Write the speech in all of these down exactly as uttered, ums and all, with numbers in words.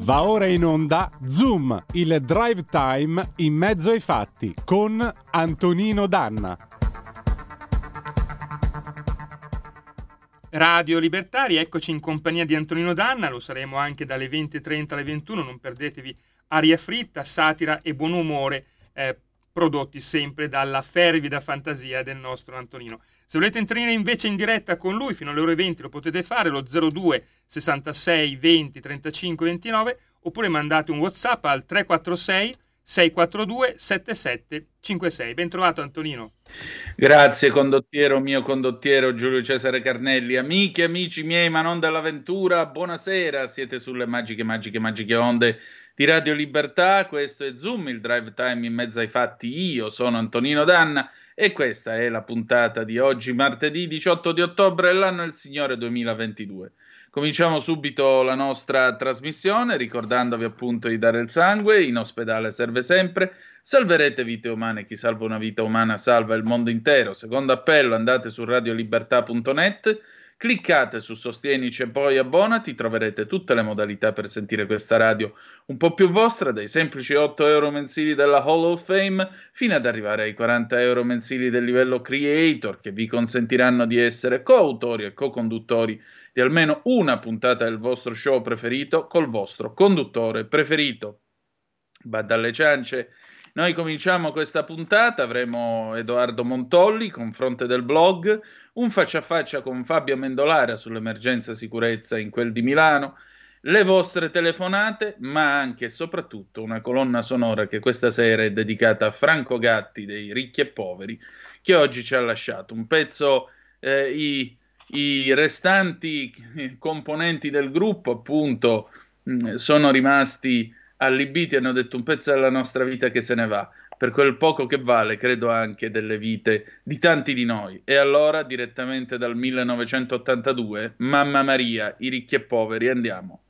Va ora in onda Zoom, il drive time in mezzo ai fatti con Antonino Danna. Radio Libertari, eccoci in compagnia di Antonino Danna, lo saremo anche dalle venti e trenta alle ventuno, non perdetevi aria fritta, satira e buon umore, eh, prodotti sempre dalla fervida fantasia del nostro Antonino. Se volete entrare invece in diretta con lui fino alle ore venti lo potete fare, lo zero due sessantasei venti trentacinque ventinove, oppure mandate un WhatsApp al tre quattro sei sei quattro due sette sette cinque sei. Ben trovato Antonino. Grazie condottiero, mio condottiero Giulio Cesare Carnelli. Amiche, amici miei, ma non dell'avventura, buonasera, siete sulle magiche, magiche, magiche onde di Radio Libertà. Questo è Zoom, il drive time in mezzo ai fatti. Io sono Antonino Danna e questa è la puntata di oggi, martedì diciotto di ottobre, l'anno del Signore duemilaventidue. Cominciamo subito la nostra trasmissione ricordandovi appunto di dare il sangue, in ospedale serve sempre, salverete vite umane, chi salva una vita umana salva il mondo intero. Secondo appello, andate su radiolibertà punto net, cliccate su Sostienici e poi abbonati, troverete tutte le modalità per sentire questa radio un po' più vostra, dai semplici otto euro mensili della Hall of Fame fino ad arrivare ai quaranta euro mensili del livello Creator, che vi consentiranno di essere coautori e co-conduttori di almeno una puntata del vostro show preferito col vostro conduttore preferito. Bada alle ciance. Noi cominciamo questa puntata, avremo Edoardo Montolli, confronte del blog, un faccia a faccia con Fabio Mendolara sull'emergenza sicurezza in quel di Milano, le vostre telefonate, ma anche e soprattutto una colonna sonora che questa sera è dedicata a Franco Gatti dei Ricchi e Poveri, che oggi ci ha lasciato. Un pezzo, eh, i, i restanti componenti del gruppo appunto mh, sono rimasti allibiti, hanno detto un pezzo della nostra vita che se ne va, per quel poco che vale, credo anche delle vite di tanti di noi. E allora, direttamente dal millenovecentottantadue, Mamma Maria, i Ricchi e Poveri, andiamo.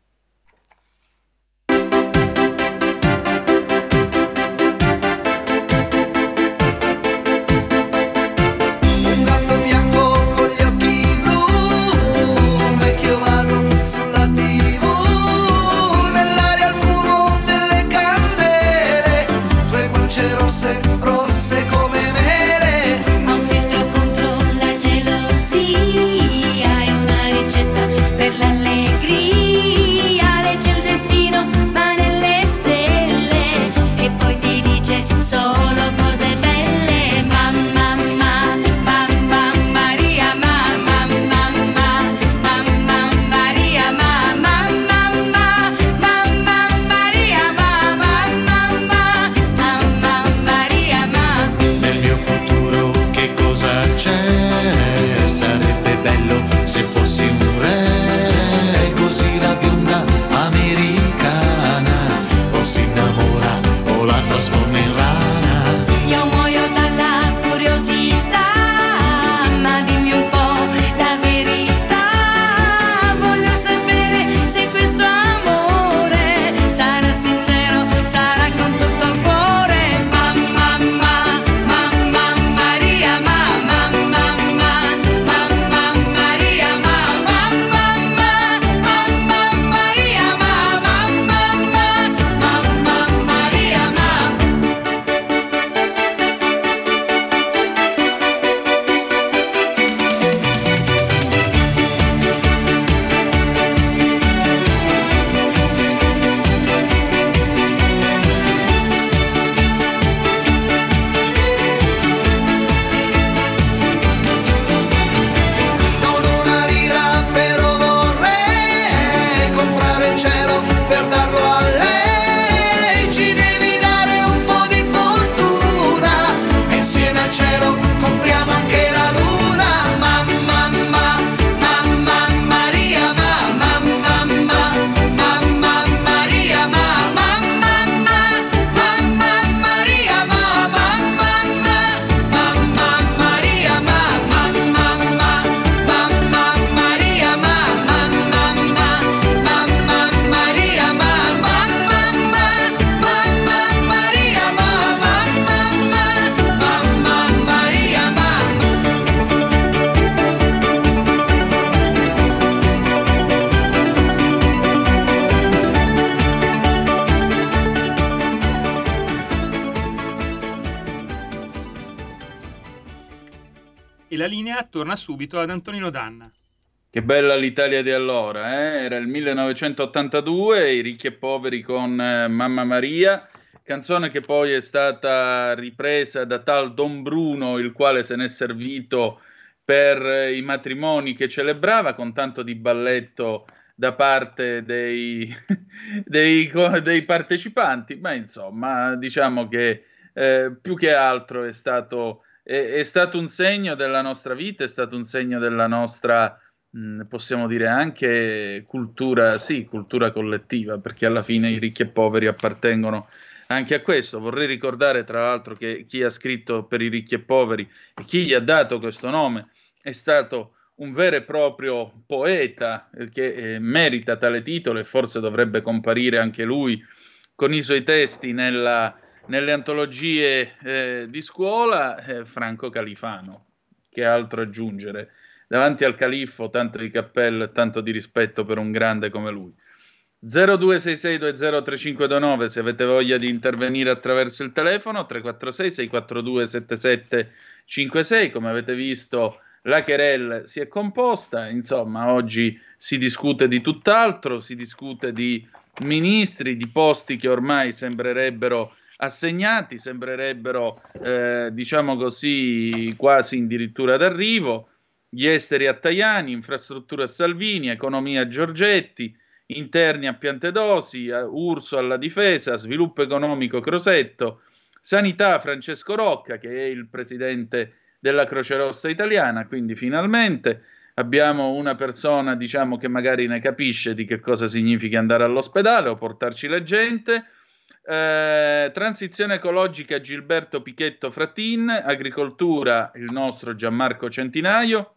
e la linea torna subito ad Antonino Danna. Che bella l'Italia di allora, eh? Era il millenovecentottantadue, I ricchi e poveri con eh, Mamma Maria, canzone che poi è stata ripresa da tal Don Bruno, il quale se n'è servito per eh, i matrimoni che celebrava, con tanto di balletto da parte dei, dei, dei partecipanti, ma insomma diciamo che eh, più che altro è stato, è, è stato un segno della nostra vita, è stato un segno della nostra, mh, possiamo dire anche cultura, sì, cultura collettiva, perché alla fine i ricchi e poveri appartengono anche a questo. Vorrei ricordare tra l'altro che chi ha scritto per i ricchi e poveri e chi gli ha dato questo nome è stato un vero e proprio poeta che eh, merita tale titolo e forse dovrebbe comparire anche lui con i suoi testi nella, nelle antologie eh, di scuola, eh, Franco Califano. Che altro aggiungere? Davanti al califfo tanto di cappello e tanto di rispetto per un grande come lui. zero due sei sei due zero tre cinque due nove se avete voglia di intervenire attraverso il telefono, tre quattro sei sei quattro due sette sette cinque sei. Come avete visto, la querelle si è composta, insomma oggi si discute di tutt'altro, si discute di ministri, di posti che ormai sembrerebbero assegnati, sembrerebbero eh, diciamo così quasi addirittura d'arrivo, gli esteri a Tajani, infrastrutture a Salvini, economia a Giorgetti, interni a Piantedosi, a Urso alla difesa, sviluppo economico Crosetto, sanità Francesco Rocca che è il presidente della Croce Rossa italiana, quindi finalmente abbiamo una persona, diciamo, che magari ne capisce di che cosa significa andare all'ospedale o portarci la gente. Eh, transizione ecologica Gilberto Pichetto Frattin, agricoltura il nostro Gianmarco Centinaio,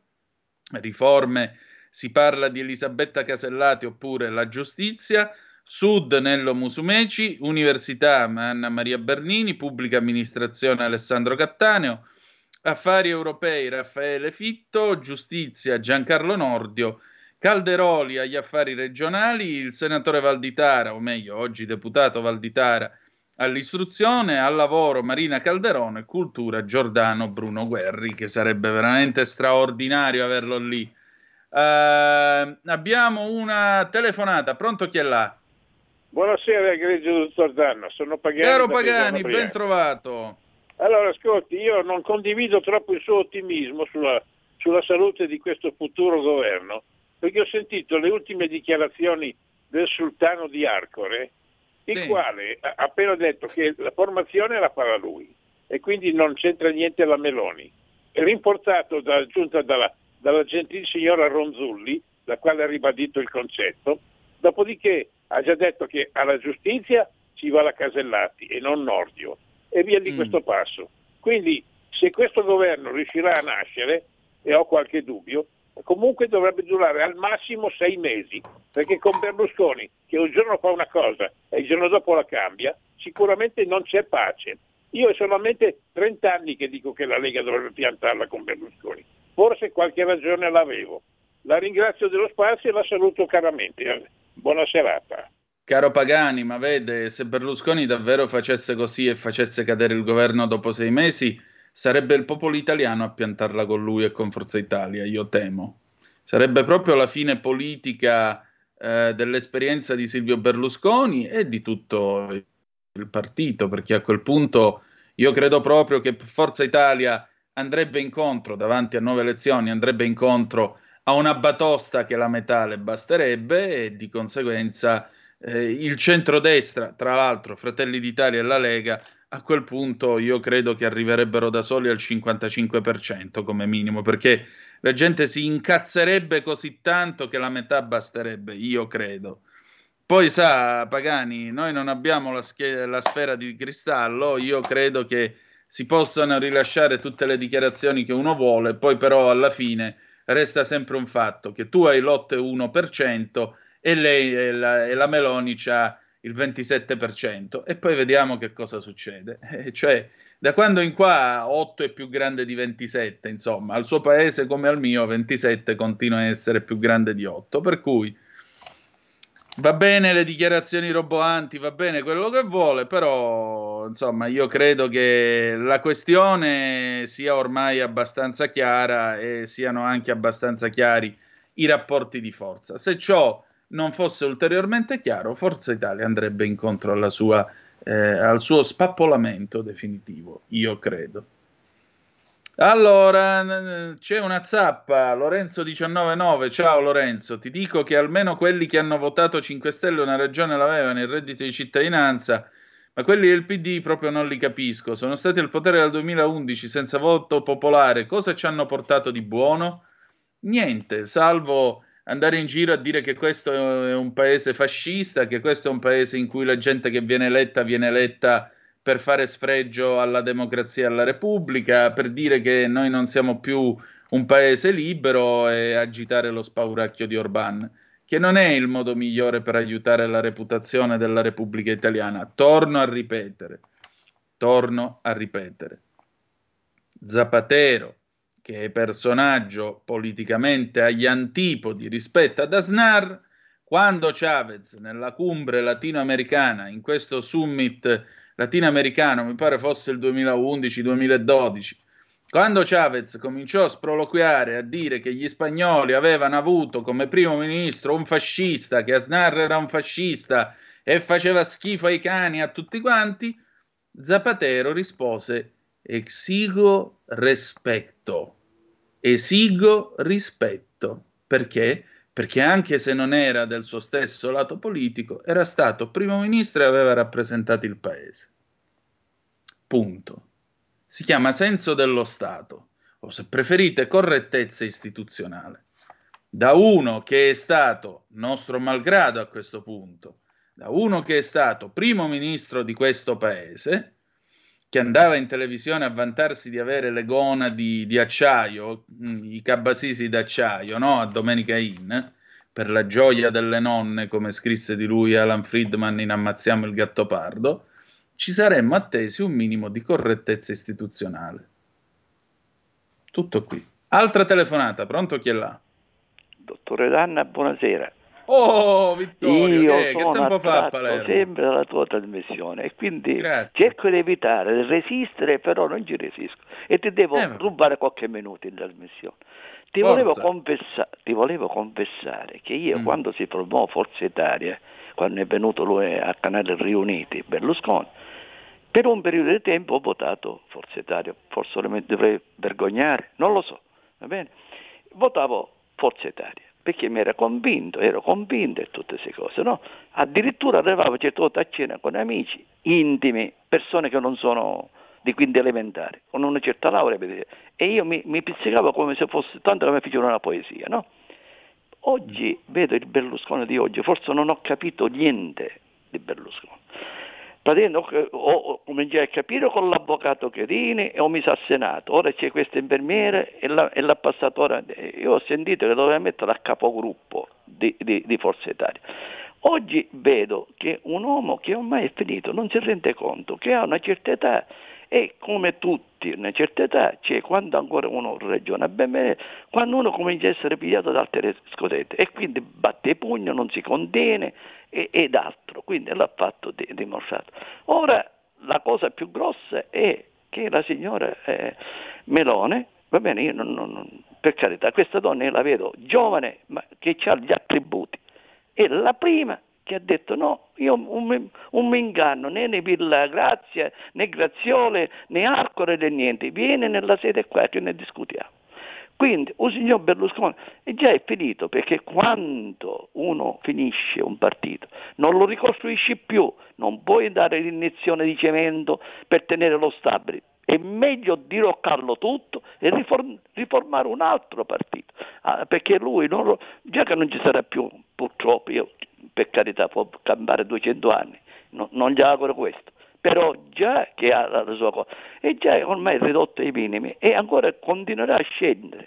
riforme si parla di Elisabetta Casellati oppure la giustizia, Sud Nello Musumeci, Università Anna Maria Bernini, Pubblica Amministrazione Alessandro Cattaneo, Affari Europei Raffaele Fitto, Giustizia Giancarlo Nordio, Calderoli agli affari regionali, il senatore Valditara, o meglio oggi deputato Valditara all'istruzione, al lavoro Marina Calderone, cultura Giordano Bruno Guerri, che sarebbe veramente straordinario averlo lì. Uh, abbiamo una telefonata, pronto, chi è là? Buonasera egregio dottor Danna, sono Pagani. Caro Pagani, ben trovato. Allora ascolti, io non condivido troppo il suo ottimismo sulla, sulla salute di questo futuro governo, perché ho sentito le ultime dichiarazioni del sultano di Arcore, il sì. quale ha appena detto che la formazione la farà lui e quindi non c'entra niente la Meloni. È rimportato da, giunta dalla, dalla gentil signora Ronzulli, la quale ha ribadito il concetto, dopodiché ha già detto che alla giustizia ci va la Casellati e non Nordio, e via di mm. questo passo. Quindi se questo governo riuscirà a nascere, e ho qualche dubbio, comunque dovrebbe durare al massimo sei mesi, perché con Berlusconi, che un giorno fa una cosa e il giorno dopo la cambia, sicuramente non c'è pace. Io è solamente trenta anni che dico che la Lega dovrebbe piantarla con Berlusconi, forse qualche ragione l'avevo. La ringrazio dello spazio e la saluto caramente. Buona serata. Caro Pagani, ma vede, se Berlusconi davvero facesse così e facesse cadere il governo dopo sei mesi, sarebbe il popolo italiano a piantarla con lui e con Forza Italia, io temo. Sarebbe proprio la fine politica eh, dell'esperienza di Silvio Berlusconi e di tutto il partito, perché a quel punto io credo proprio che Forza Italia andrebbe incontro, davanti a nuove elezioni, andrebbe incontro a una batosta che la metà le basterebbe e di conseguenza eh, il centrodestra, tra l'altro Fratelli d'Italia e la Lega, a quel punto io credo che arriverebbero da soli al cinquantacinque per cento come minimo, perché la gente si incazzerebbe così tanto che la metà basterebbe, io credo. Poi sa, Pagani, noi non abbiamo la, schie- la sfera di cristallo, io credo che si possano rilasciare tutte le dichiarazioni che uno vuole, poi però alla fine resta sempre un fatto, che tu hai l'otto virgola uno per cento e lei e la, e la Meloni c'ha il ventisette per cento e poi vediamo che cosa succede. Eh, cioè, da quando in qua otto è più grande di ventisette, insomma, al suo paese come al mio ventisette continua a essere più grande di otto, per cui va bene le dichiarazioni roboanti, va bene quello che vuole, però però insomma io credo che la questione sia ormai abbastanza chiara e siano anche abbastanza chiari i rapporti di forza. Se ciò non fosse ulteriormente chiaro, Forza Italia andrebbe incontro alla sua, eh, al suo spappolamento definitivo, io credo. Allora, c'è una zappa, Lorenzo diciannove nove, ciao Lorenzo, ti dico che almeno quelli che hanno votato cinque Stelle una ragione l'avevano, il reddito di cittadinanza, ma quelli del P D proprio non li capisco, sono stati al potere dal duemilaundici senza voto popolare, cosa ci hanno portato di buono? Niente, salvo andare in giro a dire che questo è un paese fascista, che questo è un paese in cui la gente che viene eletta viene eletta per fare sfregio alla democrazia e alla Repubblica, per dire che noi non siamo più un paese libero e agitare lo spauracchio di Orbán, che non è il modo migliore per aiutare la reputazione della Repubblica Italiana. Torno a ripetere, torno a ripetere. Zapatero, che è personaggio politicamente agli antipodi rispetto ad Aznar, quando Chavez nella cumbre latinoamericana, in questo summit latinoamericano, mi pare fosse il duemilaundici duemiladodici, quando Chavez cominciò a sproloquiare, a dire che gli spagnoli avevano avuto come primo ministro un fascista, che Aznar era un fascista e faceva schifo ai cani, a tutti quanti, Zapatero rispose: esigo rispetto, esigo rispetto. Perché? Perché anche se non era del suo stesso lato politico, era stato primo ministro e aveva rappresentato il paese. Punto. Si chiama senso dello Stato, o se preferite correttezza istituzionale. Da uno che è stato, nostro malgrado a questo punto, da uno che è stato primo ministro di questo paese, che andava in televisione a vantarsi di avere le gonadi di acciaio, i cabasisi d'acciaio, no? A Domenica Inn, per la gioia delle nonne, come scrisse di lui Alan Friedman in Ammazziamo il Gattopardo, ci saremmo attesi un minimo di correttezza istituzionale. Tutto qui. Altra telefonata, pronto, chi è là? Dottore Danna, buonasera. Oh, Vittorio, Io che, che sono tempo fa a attratto Palermo? sempre dalla tua trasmissione e quindi Grazie. cerco di evitare, di resistere, però non ci resisco e ti devo Eh, rubare qualche minuto in trasmissione. Ti Forza. volevo, confessa- ti volevo confessare che io Mm. quando si formò Forza Italia, quando è venuto lui a Canale Riuniti, Berlusconi, per un periodo di tempo ho votato Forza Italia, forse mi dovrei vergognare, non lo so, va bene? Votavo Forza Italia perché mi era convinto, ero convinto e tutte queste cose, no? Addirittura arrivavo certe volte a cena con amici intimi, persone che non sono di quinta elementare, con una certa laurea, e io mi, mi pizzicavo come se fosse, tanto che mi facevano una poesia, no? Oggi vedo il Berlusconi di oggi, forse non ho capito niente di Berlusconi. Praticamente ho, ho cominciato a capire con l'avvocato Cherini e ho messo al Senato, ora c'è questo infermiere e l'ha, e l'ha passato ora. Io ho sentito che doveva mettere a capogruppo di, di, di Forza Italia. Oggi vedo che un uomo che ormai è finito non si rende conto che ha una certa età e come tutti una certa età c'è quando ancora uno ragiona bene, quando uno comincia a essere pigliato da altre scodette e quindi batte i pugni, non si contiene e, ed altro, quindi l'ha fatto di, dimostrato. Ora la cosa più grossa è che la signora eh, Meloni, va bene, io non, non, per carità, questa donna io la vedo giovane ma che ha gli attributi, è la prima che ha detto no, io un, un mi inganno, né ne Villa Grazia, né Graziole, né Arcore né niente, viene nella sede qua che ne discutiamo. Quindi il signor Berlusconi è già è finito, perché quando uno finisce un partito non lo ricostruisci più, non puoi dare l'iniezione di cemento per tenere lo stabile. È meglio diroccarlo tutto e riform- riformare un altro partito, ah, perché lui non lo, già che non ci sarà più, purtroppo, io per carità può cambiare duecento anni, no, non gli auguro questo, però già che ha la sua cosa, e già ormai è ridotto ai minimi e ancora continuerà a scendere,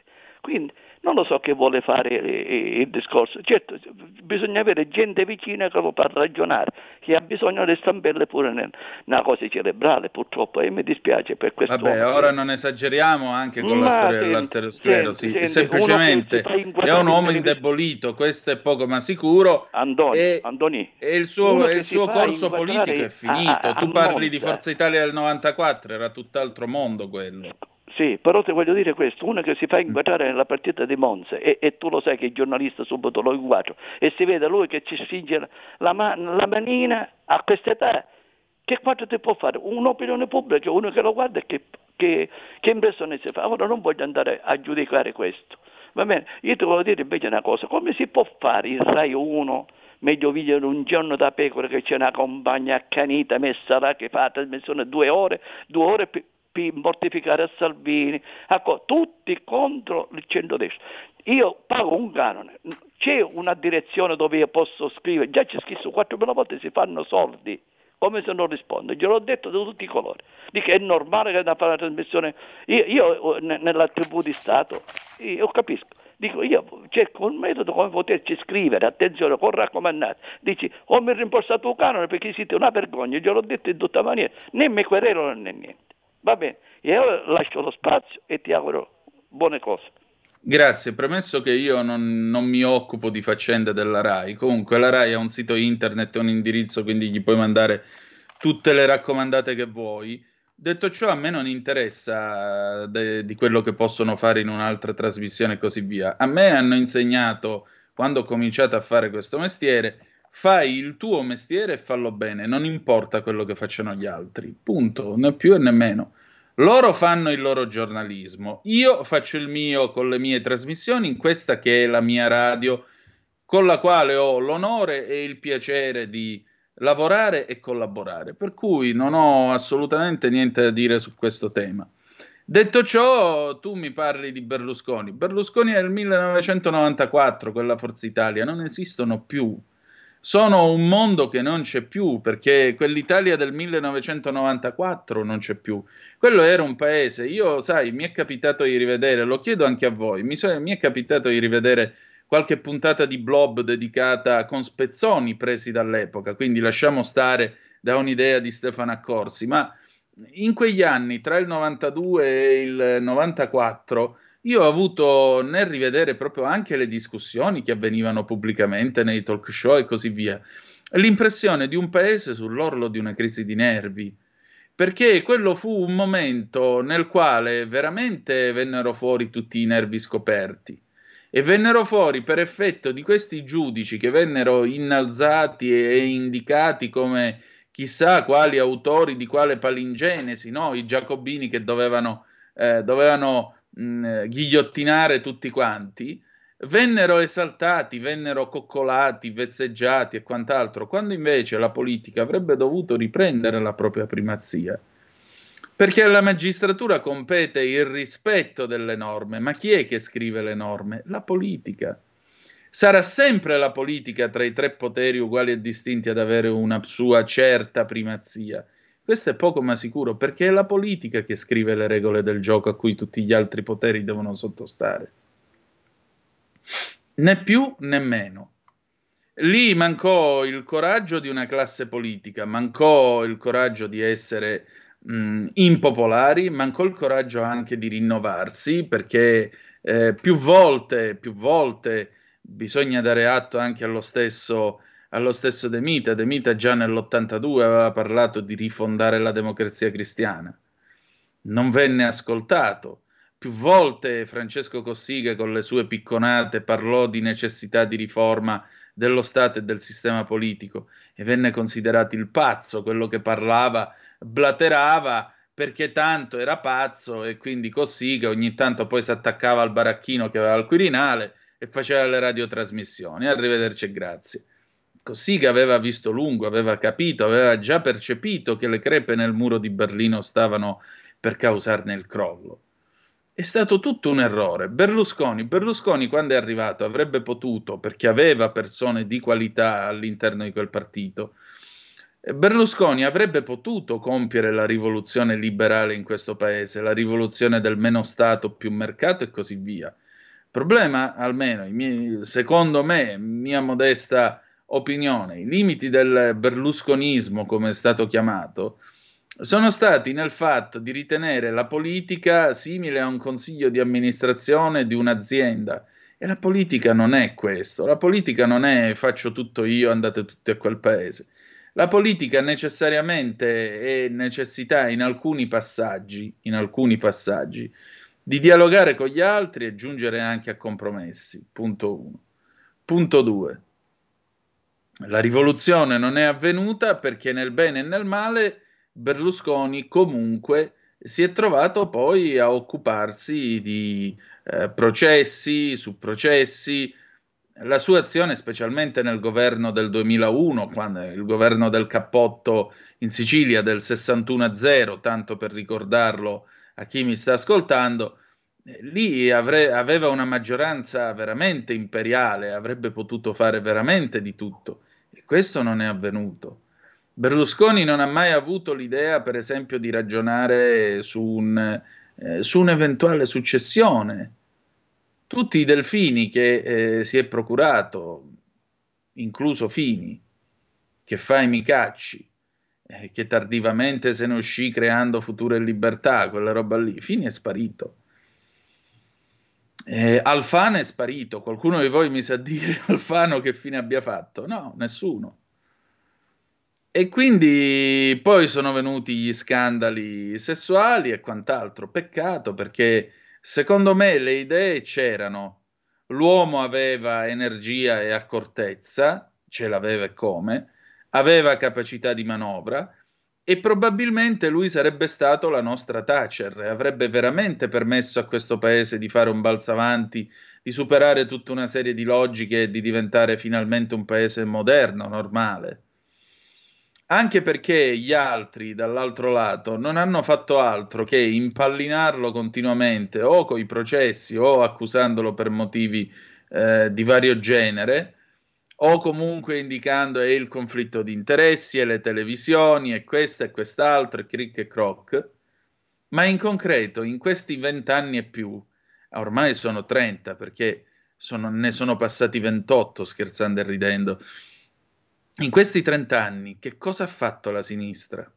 Quindi non lo so che vuole fare il, il discorso. Certo, bisogna avere gente vicina che lo fa ragionare, che ha bisogno di stampelle pure nel, nella cosa cerebrale, purtroppo, e mi dispiace per questo. Vabbè, ora non esageriamo anche con la Ma storia senti, dell'arteriosclerosi, senti, è senti, uno semplicemente che si fa è inquadrare un in uomo televis- indebolito, questo è poco ma sicuro, Antoni, e, Antoni, e il suo, uno e che il si suo fa corso inquadrare politico è a, finito. a, a Tu parli di Monza. Forza Italia del novantaquattro, era tutt'altro mondo quello. Sì, però ti voglio dire questo, uno che si fa inquadrare nella partita di Monza e, e tu lo sai che il giornalista subito lo inquadra e si vede lui che ci spinge la, man- la manina a questa età, che quanto ti può fare? Un'opinione pubblica, uno che lo guarda e che, che, che impressione si fa? Ora non voglio andare a giudicare questo, va bene? Io ti voglio dire invece una cosa, come si può fare il Rai uno, meglio video un giorno da pecora che c'è una compagna accanita messa là che fa la trasmissione due ore, due ore più mortificare a Salvini, ecco, tutti contro il centrodestra. Io pago un canone, c'è una direzione dove io posso scrivere, già c'è scritto quattromila volte, si fanno soldi, come se non rispondo, gliel'ho detto di tutti i colori, dico è normale che da fare la trasmissione, io, io nella tribù di Stato, io capisco, dico io cerco un metodo come poterci scrivere, attenzione, con raccomandati, dici ho mi rimborsato un canone perché siete una vergogna, gliel'ho detto in tutta maniera, né mi querelo né niente. Va bene, e ora lascio lo spazio e ti auguro buone cose. Grazie, premesso che io non, non mi occupo di faccende della RAI, comunque la RAI ha un sito internet e un indirizzo, quindi gli puoi mandare tutte le raccomandate che vuoi. Detto ciò, a me non interessa de- di quello che possono fare in un'altra trasmissione e così via. A me hanno insegnato, quando ho cominciato a fare questo mestiere, fai il tuo mestiere e fallo bene, non importa quello che facciano gli altri, punto, né più e né meno. Loro fanno il loro giornalismo, io faccio il mio con le mie trasmissioni in questa che è la mia radio, con la quale ho l'onore e il piacere di lavorare e collaborare, per cui non ho assolutamente niente da dire su questo tema. Detto ciò, tu mi parli di Berlusconi. Berlusconi è del millenovecentonovantaquattro, quella Forza Italia, non esistono più. Sono un mondo che non c'è più, perché quell'Italia del millenovecentonovantaquattro non c'è più. Quello era un paese, io sai, mi è capitato di rivedere, lo chiedo anche a voi, mi, so, mi è capitato di rivedere qualche puntata di Blob dedicata con spezzoni presi dall'epoca, quindi lasciamo stare da un'idea di Stefano Accorsi, ma in quegli anni, tra il novantadue e il novantaquattro, io ho avuto nel rivedere proprio anche le discussioni che avvenivano pubblicamente nei talk show e così via, l'impressione di un paese sull'orlo di una crisi di nervi, perché quello fu un momento nel quale veramente vennero fuori tutti i nervi scoperti e vennero fuori per effetto di questi giudici che vennero innalzati e indicati come chissà quali autori di quale palingenesi, no? I giacobini che dovevano, eh, dovevano mh, ghigliottinare tutti quanti, vennero esaltati, vennero coccolati, vezzeggiati e quant'altro, quando invece la politica avrebbe dovuto riprendere la propria primazia. Perché alla magistratura compete il rispetto delle norme, ma chi è che scrive le norme? La politica. Sarà sempre la politica tra i tre poteri uguali e distinti ad avere una sua certa primazia. Questo è poco ma sicuro, perché è la politica che scrive le regole del gioco a cui tutti gli altri poteri devono sottostare. Né più né meno. Lì mancò il coraggio di una classe politica, mancò il coraggio di essere mh, impopolari, mancò il coraggio anche di rinnovarsi, perché eh, più volte, più volte bisogna dare atto anche allo stesso, allo stesso De Mita. De Mita già nell'ottantadue aveva parlato di rifondare la democrazia cristiana. Non venne ascoltato. Più volte Francesco Cossiga con le sue picconate parlò di necessità di riforma dello Stato e del sistema politico e venne considerato il pazzo, quello che parlava, blaterava perché tanto era pazzo e quindi Cossiga ogni tanto poi si attaccava al baracchino che aveva al Quirinale e faceva le radiotrasmissioni. Arrivederci e grazie. Cossiga aveva visto lungo, aveva capito, aveva già percepito che le crepe nel muro di Berlino stavano per causarne il crollo. È stato tutto un errore. Berlusconi, Berlusconi quando è arrivato avrebbe potuto, perché aveva persone di qualità all'interno di quel partito, Berlusconi avrebbe potuto compiere la rivoluzione liberale in questo paese, la rivoluzione del meno Stato più mercato e così via. problema, almeno i miei, secondo me, mia modesta opinione, i limiti del berlusconismo, come è stato chiamato, sono stati nel fatto di ritenere la politica simile a un consiglio di amministrazione di un'azienda. E la politica non è questo. La politica non è faccio tutto io, andate tutti a quel paese. La politica necessariamente è necessità in alcuni passaggi, in alcuni passaggi, di dialogare con gli altri e giungere anche a compromessi. Punto uno. Punto due. La rivoluzione non è avvenuta perché nel bene e nel male Berlusconi comunque si è trovato poi a occuparsi di eh, processi su processi. La sua azione, specialmente nel governo del duemilauno, quando il governo del cappotto in Sicilia del sessantuno a zero, tanto per ricordarlo a chi mi sta ascoltando, eh, lì avre- aveva una maggioranza veramente imperiale, avrebbe potuto fare veramente di tutto. E questo non è avvenuto. Berlusconi non ha mai avuto l'idea, per esempio, di ragionare su, un, eh, su un'eventuale successione. Tutti i delfini che eh, si è procurato, incluso Fini, che fa i micacci, eh, che tardivamente se ne uscì creando Futuro e Libertà, quella roba lì, Fini è sparito. Eh, Alfano è sparito. Qualcuno di voi mi sa dire Alfano che fine abbia fatto? No, nessuno. E quindi poi sono venuti gli scandali sessuali e quant'altro. Peccato, perché secondo me le idee c'erano. L'uomo aveva energia e accortezza, ce l'aveva e come, aveva capacità di manovra e probabilmente lui sarebbe stato la nostra Thatcher e avrebbe veramente permesso a questo paese di fare un balzo avanti, di superare tutta una serie di logiche e di diventare finalmente un paese moderno, normale. Anche perché gli altri, dall'altro lato, non hanno fatto altro che impallinarlo continuamente, o coi processi, o accusandolo per motivi eh, di vario genere, o comunque indicando è il conflitto di interessi, e le televisioni, e questo e quest'altro, e cric e croc. Ma in concreto, in questi vent'anni e più, ormai sono trenta, perché sono, ne sono passati ventotto, scherzando e ridendo, in questi trent'anni, che cosa ha fatto la sinistra?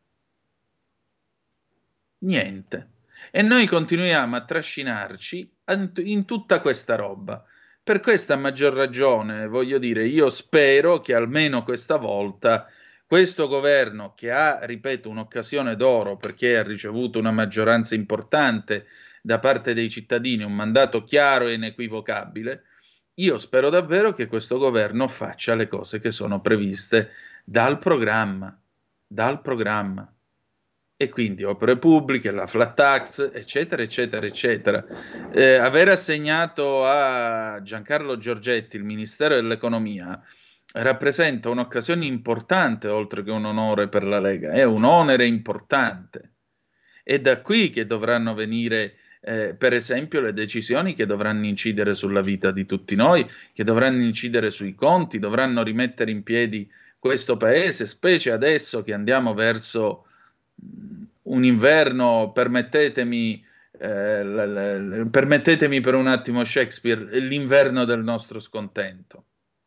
Niente. E noi continuiamo a trascinarci in tutta questa roba. Per questa maggior ragione, voglio dire, io spero che almeno questa volta questo governo, che ha, ripeto, un'occasione d'oro perché ha ricevuto una maggioranza importante da parte dei cittadini, un mandato chiaro e inequivocabile, io spero davvero che questo governo faccia le cose che sono previste dal programma, dal programma. E quindi opere pubbliche, la flat tax, eccetera, eccetera, eccetera. Eh, aver assegnato a Giancarlo Giorgetti il Ministero dell'Economia rappresenta un'occasione importante, oltre che un onore per la Lega, è un onere importante. È da qui che dovranno venire Eh, per esempio le decisioni che dovranno incidere sulla vita di tutti noi, che dovranno incidere sui conti, dovranno rimettere in piedi questo paese, specie adesso che andiamo verso mh, un inverno, permettetemi, eh, l- l- permettetemi per un attimo Shakespeare, l'inverno del nostro scontento.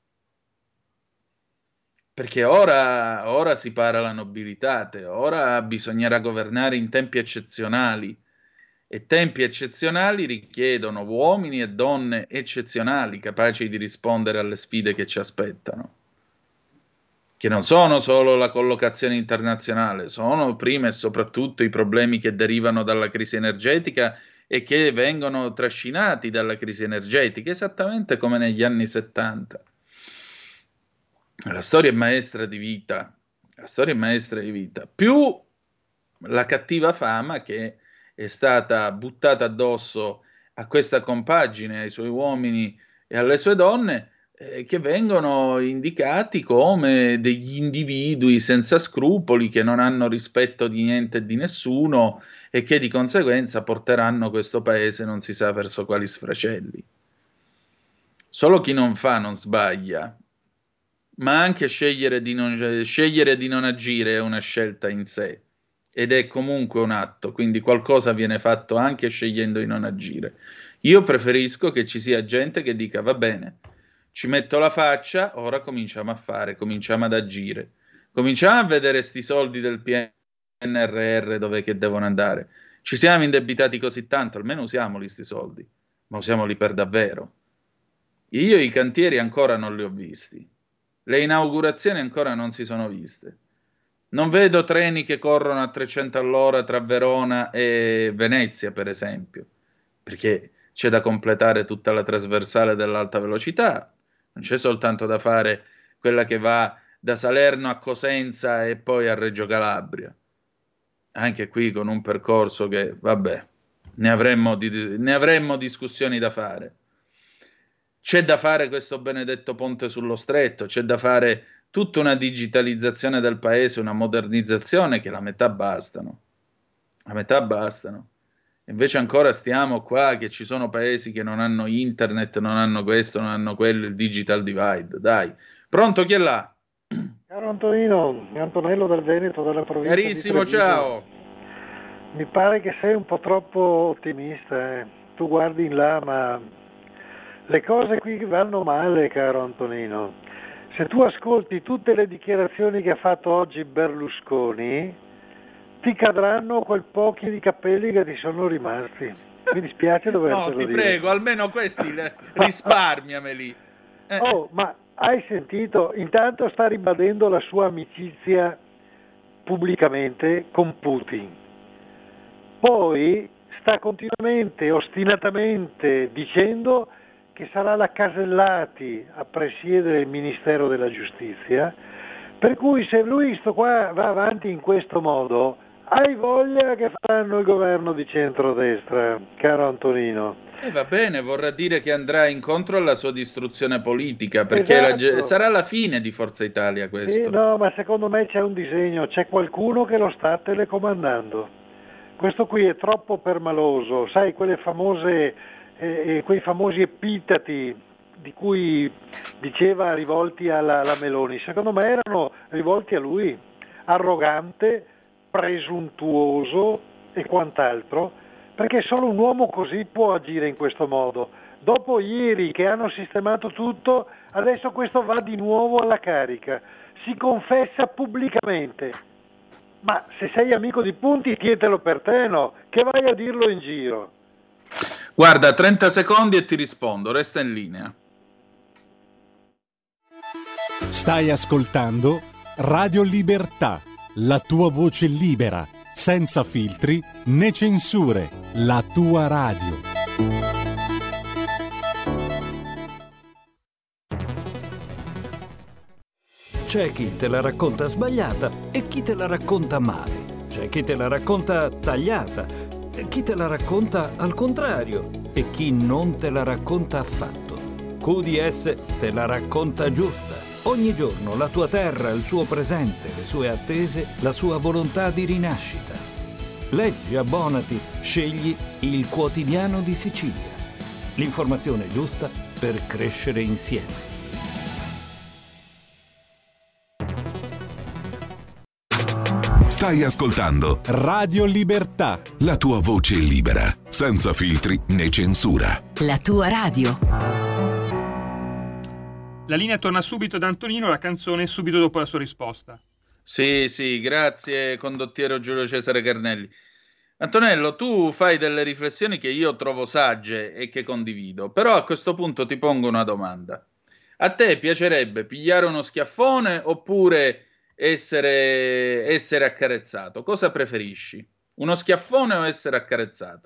Perché ora, ora si para la nobilitate, ora bisognerà governare in tempi eccezionali. E tempi eccezionali richiedono uomini e donne eccezionali, capaci di rispondere alle sfide che ci aspettano, che non sono solo la collocazione internazionale, sono prima e soprattutto i problemi che derivano dalla crisi energetica e che vengono trascinati dalla crisi energetica, esattamente come negli anni settanta. La storia è maestra di vita, la storia è maestra di vita, più la cattiva fama che è stata buttata addosso a questa compagine, ai suoi uomini e alle sue donne, eh, che vengono indicati come degli individui senza scrupoli, che non hanno rispetto di niente e di nessuno e che di conseguenza porteranno questo paese non si sa verso quali sfracelli. Solo chi non fa non sbaglia, ma anche scegliere di non, scegliere di non agire è una scelta in sé. ed è comunque un atto, quindi qualcosa viene fatto anche scegliendo di non agire. Io preferisco che ci sia gente che dica va bene, ci metto la faccia, ora cominciamo a fare, cominciamo ad agire, cominciamo a vedere sti soldi del P N R R dove che devono andare. Ci siamo indebitati così tanto, almeno usiamoli sti soldi, ma usiamoli per davvero. Io i cantieri ancora non li ho visti, le inaugurazioni ancora non si sono viste. Non vedo treni che corrono a trecento all'ora tra Verona e Venezia, per esempio, perché c'è da completare tutta la trasversale dell'alta velocità, non c'è soltanto da fare quella che va da Salerno a Cosenza e poi a Reggio Calabria. Anche qui con un percorso che, vabbè, ne avremmo, di, ne avremmo discussioni da fare. C'è da fare questo benedetto ponte sullo stretto, c'è da fare tutta una digitalizzazione del paese, una modernizzazione che la metà bastano. La metà bastano. Invece ancora stiamo qua che ci sono paesi che non hanno internet, non hanno questo, non hanno quello, il digital divide. Dai, pronto, chi è là? Caro Antonino, Antonello del Veneto, della provincia Carissimo, di Treviso. ciao. Mi pare che sei un po' troppo ottimista, eh. Tu guardi in là, ma le cose qui vanno male, caro Antonino. Se tu ascolti tutte le dichiarazioni che ha fatto oggi Berlusconi, ti cadranno quel pochi di capelli che ti sono rimasti. Mi dispiace dovertelo No, ti dire. prego, almeno questi risparmiameli. Eh. Oh, ma hai sentito? Intanto sta ribadendo la sua amicizia pubblicamente con Putin. Poi sta continuamente, ostinatamente dicendo che sarà la Casellati a presiedere il Ministero della Giustizia, per cui se lui sto qua va avanti in questo modo, hai voglia che faranno il governo di centrodestra, caro Antonino. E eh, va bene, vorrà dire che andrà incontro alla sua distruzione politica, perché esatto. la, sarà la fine di Forza Italia questo. Sì, no, ma secondo me c'è un disegno, c'è qualcuno che lo sta telecomandando. Questo qui è troppo permaloso, sai, quelle famose, eh, quei famosi epiteti di cui diceva rivolti alla, alla Meloni, secondo me erano rivolti a lui, arrogante, presuntuoso e quant'altro, perché solo un uomo così può agire in questo modo. Dopo ieri che hanno sistemato tutto, adesso questo va di nuovo alla carica, si confessa pubblicamente. Ma se sei amico di Punti, tientelo per te, no? Che vai a dirlo in giro? Guarda, trenta secondi e ti rispondo, resta in linea. Stai ascoltando Radio Libertà, la tua voce libera, senza filtri né censure, la tua radio. C'è chi te la racconta sbagliata e chi te la racconta male. C'è chi te la racconta tagliata e chi te la racconta al contrario e chi non te la racconta affatto. Q D S te la racconta giusta. Ogni giorno la tua terra, il suo presente, le sue attese, la sua volontà di rinascita. Leggi, abbonati, scegli il Quotidiano di Sicilia. L'informazione giusta per crescere insieme. Stai ascoltando Radio Libertà, la tua voce libera, senza filtri né censura. La tua radio. La linea torna subito da Antonino, la canzone subito dopo la sua risposta. Sì, sì, grazie condottiero Giulio Cesare Carnelli. Antonello, tu fai delle riflessioni che io trovo sagge e che condivido, però a questo punto ti pongo una domanda. A te piacerebbe pigliare uno schiaffone oppure essere, essere accarezzato? Cosa preferisci? Uno schiaffone o essere accarezzato?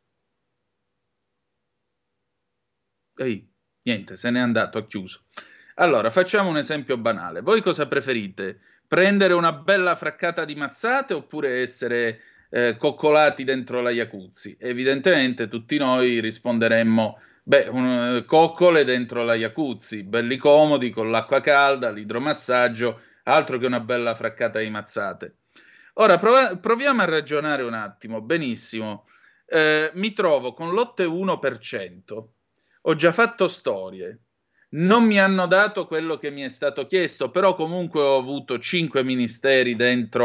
Ehi, niente, se n'è andato, ha chiuso. Allora, facciamo un esempio banale. Voi cosa preferite? Prendere una bella fraccata di mazzate oppure essere eh, coccolati dentro la jacuzzi? Evidentemente tutti noi risponderemmo, beh, un, coccole dentro la jacuzzi, belli comodi, con l'acqua calda, l'idromassaggio, altro che una bella fraccata di mazzate. Ora prov- proviamo a ragionare un attimo. Benissimo, eh, mi trovo con l'otto virgola uno per cento, ho già fatto storie, non mi hanno dato quello che mi è stato chiesto, però comunque ho avuto cinque ministeri dentro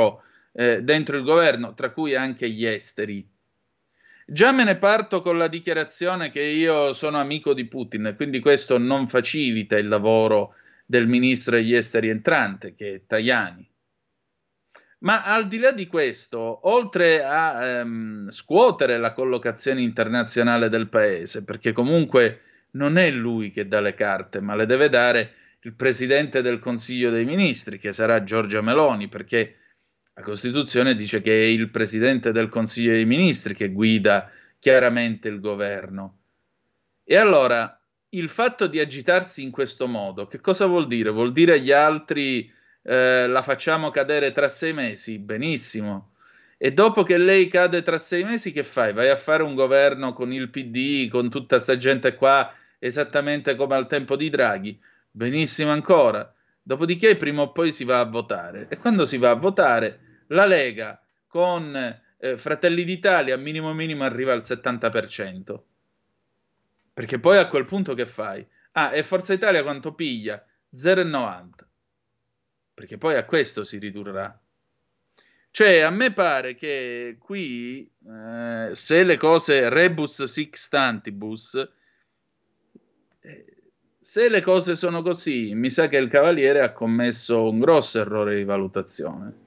eh, dentro il governo, tra cui anche gli esteri. Già me ne parto con la dichiarazione che io sono amico di Putin, quindi questo non facilita il lavoro del ministro degli esteri entrante, che è Tajani. Ma al di là di questo, oltre a ehm, scuotere la collocazione internazionale del paese, perché comunque non è lui che dà le carte, ma le deve dare il presidente del Consiglio dei Ministri, che sarà Giorgia Meloni, perché la Costituzione dice che è il presidente del Consiglio dei Ministri che guida chiaramente il governo. E allora, il fatto di agitarsi in questo modo, che cosa vuol dire? Vuol dire agli altri eh, la facciamo cadere tra sei mesi? Benissimo. E dopo che lei cade tra sei mesi, che fai? Vai a fare un governo con il P D, con tutta sta gente qua, esattamente come al tempo di Draghi? Benissimo ancora. Dopodiché prima o poi si va a votare. E quando si va a votare, la Lega con eh, Fratelli d'Italia minimo minimo arriva al settanta per cento. Perché poi a quel punto che fai? Ah, e Forza Italia quanto piglia? zero virgola novanta. Perché poi a questo si ridurrà. Cioè, a me pare che qui, eh, se le cose rebus sic stantibus, eh, se le cose sono così, mi sa che il Cavaliere ha commesso un grosso errore di valutazione.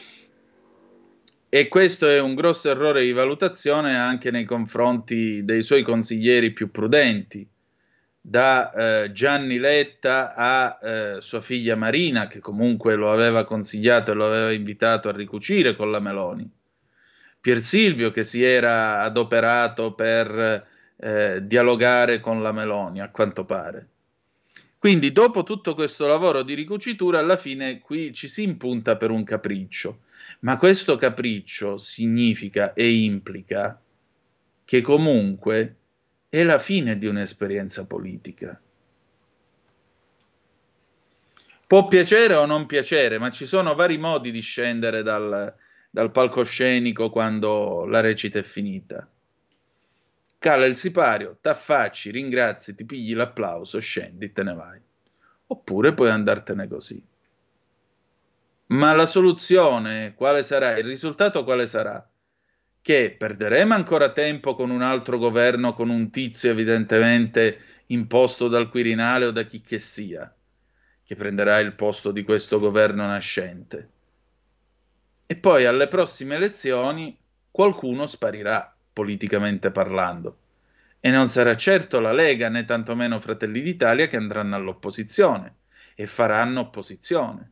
E questo è un grosso errore di valutazione anche nei confronti dei suoi consiglieri più prudenti, da eh, Gianni Letta a eh, sua figlia Marina, che comunque lo aveva consigliato e lo aveva invitato a ricucire con la Meloni, Pier Silvio che si era adoperato per eh, dialogare con la Meloni, a quanto pare. Quindi dopo tutto questo lavoro di ricucitura, alla fine qui ci si impunta per un capriccio. Ma questo capriccio significa e implica che comunque è la fine di un'esperienza politica. Può piacere o non piacere, ma ci sono vari modi di scendere dal, dal palcoscenico quando la recita è finita. Cala il sipario, t'affacci, ringrazi, ti pigli l'applauso, scendi, te ne vai. Oppure puoi andartene così. Ma la soluzione quale sarà? Il risultato quale sarà? Che perderemo ancora tempo con un altro governo, con un tizio evidentemente imposto dal Quirinale o da chi che sia, che prenderà il posto di questo governo nascente. E poi alle prossime elezioni qualcuno sparirà, politicamente parlando. E non sarà certo la Lega né tantomeno Fratelli d'Italia che andranno all'opposizione e faranno opposizione.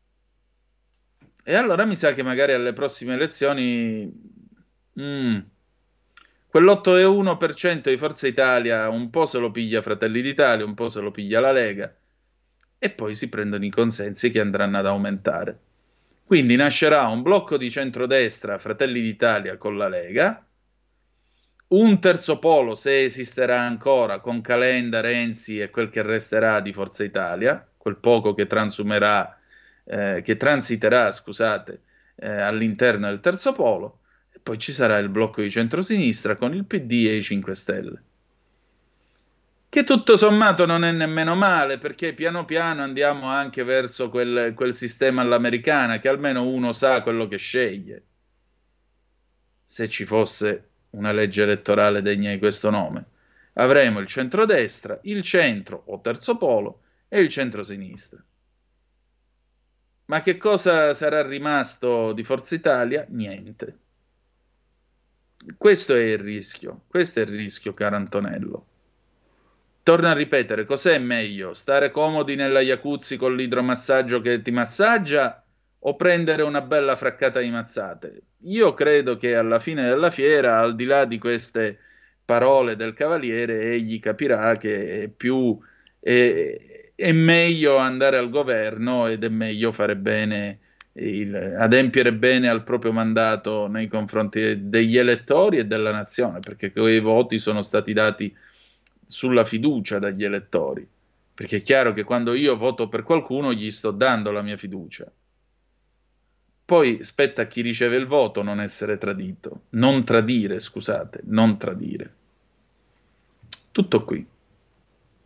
E allora mi sa che magari alle prossime elezioni mm, quell'otto virgola uno per cento di Forza Italia un po' se lo piglia Fratelli d'Italia, un po' se lo piglia la Lega e poi si prendono i consensi che andranno ad aumentare. Quindi nascerà un blocco di centrodestra Fratelli d'Italia con la Lega, un terzo polo, se esisterà ancora, con Calenda, Renzi e quel che resterà di Forza Italia, quel poco che transumerà Eh, che transiterà, scusate, eh, all'interno del terzo polo, e poi ci sarà il blocco di centrosinistra con il P D e i cinque Stelle. Che tutto sommato non è nemmeno male, perché piano piano andiamo anche verso quel, quel sistema all'americana, che almeno uno sa quello che sceglie. Se ci fosse una legge elettorale degna di questo nome, avremo il centrodestra, il centro o terzo polo e il centrosinistra. Ma che cosa sarà rimasto di Forza Italia? Niente. Questo è il rischio, questo è il rischio, caro Antonello. Torno a ripetere, cos'è meglio? Stare comodi nella jacuzzi con l'idromassaggio che ti massaggia o prendere una bella fraccata di mazzate? Io credo che alla fine della fiera, al di là di queste parole del Cavaliere, egli capirà che è più... È, è meglio andare al governo ed è meglio fare bene, il, adempiere bene al proprio mandato nei confronti degli elettori e della nazione, perché quei voti sono stati dati sulla fiducia dagli elettori, perché è chiaro che quando io voto per qualcuno gli sto dando la mia fiducia. Poi spetta a chi riceve il voto non essere tradito, non tradire, scusate, non tradire. Tutto qui.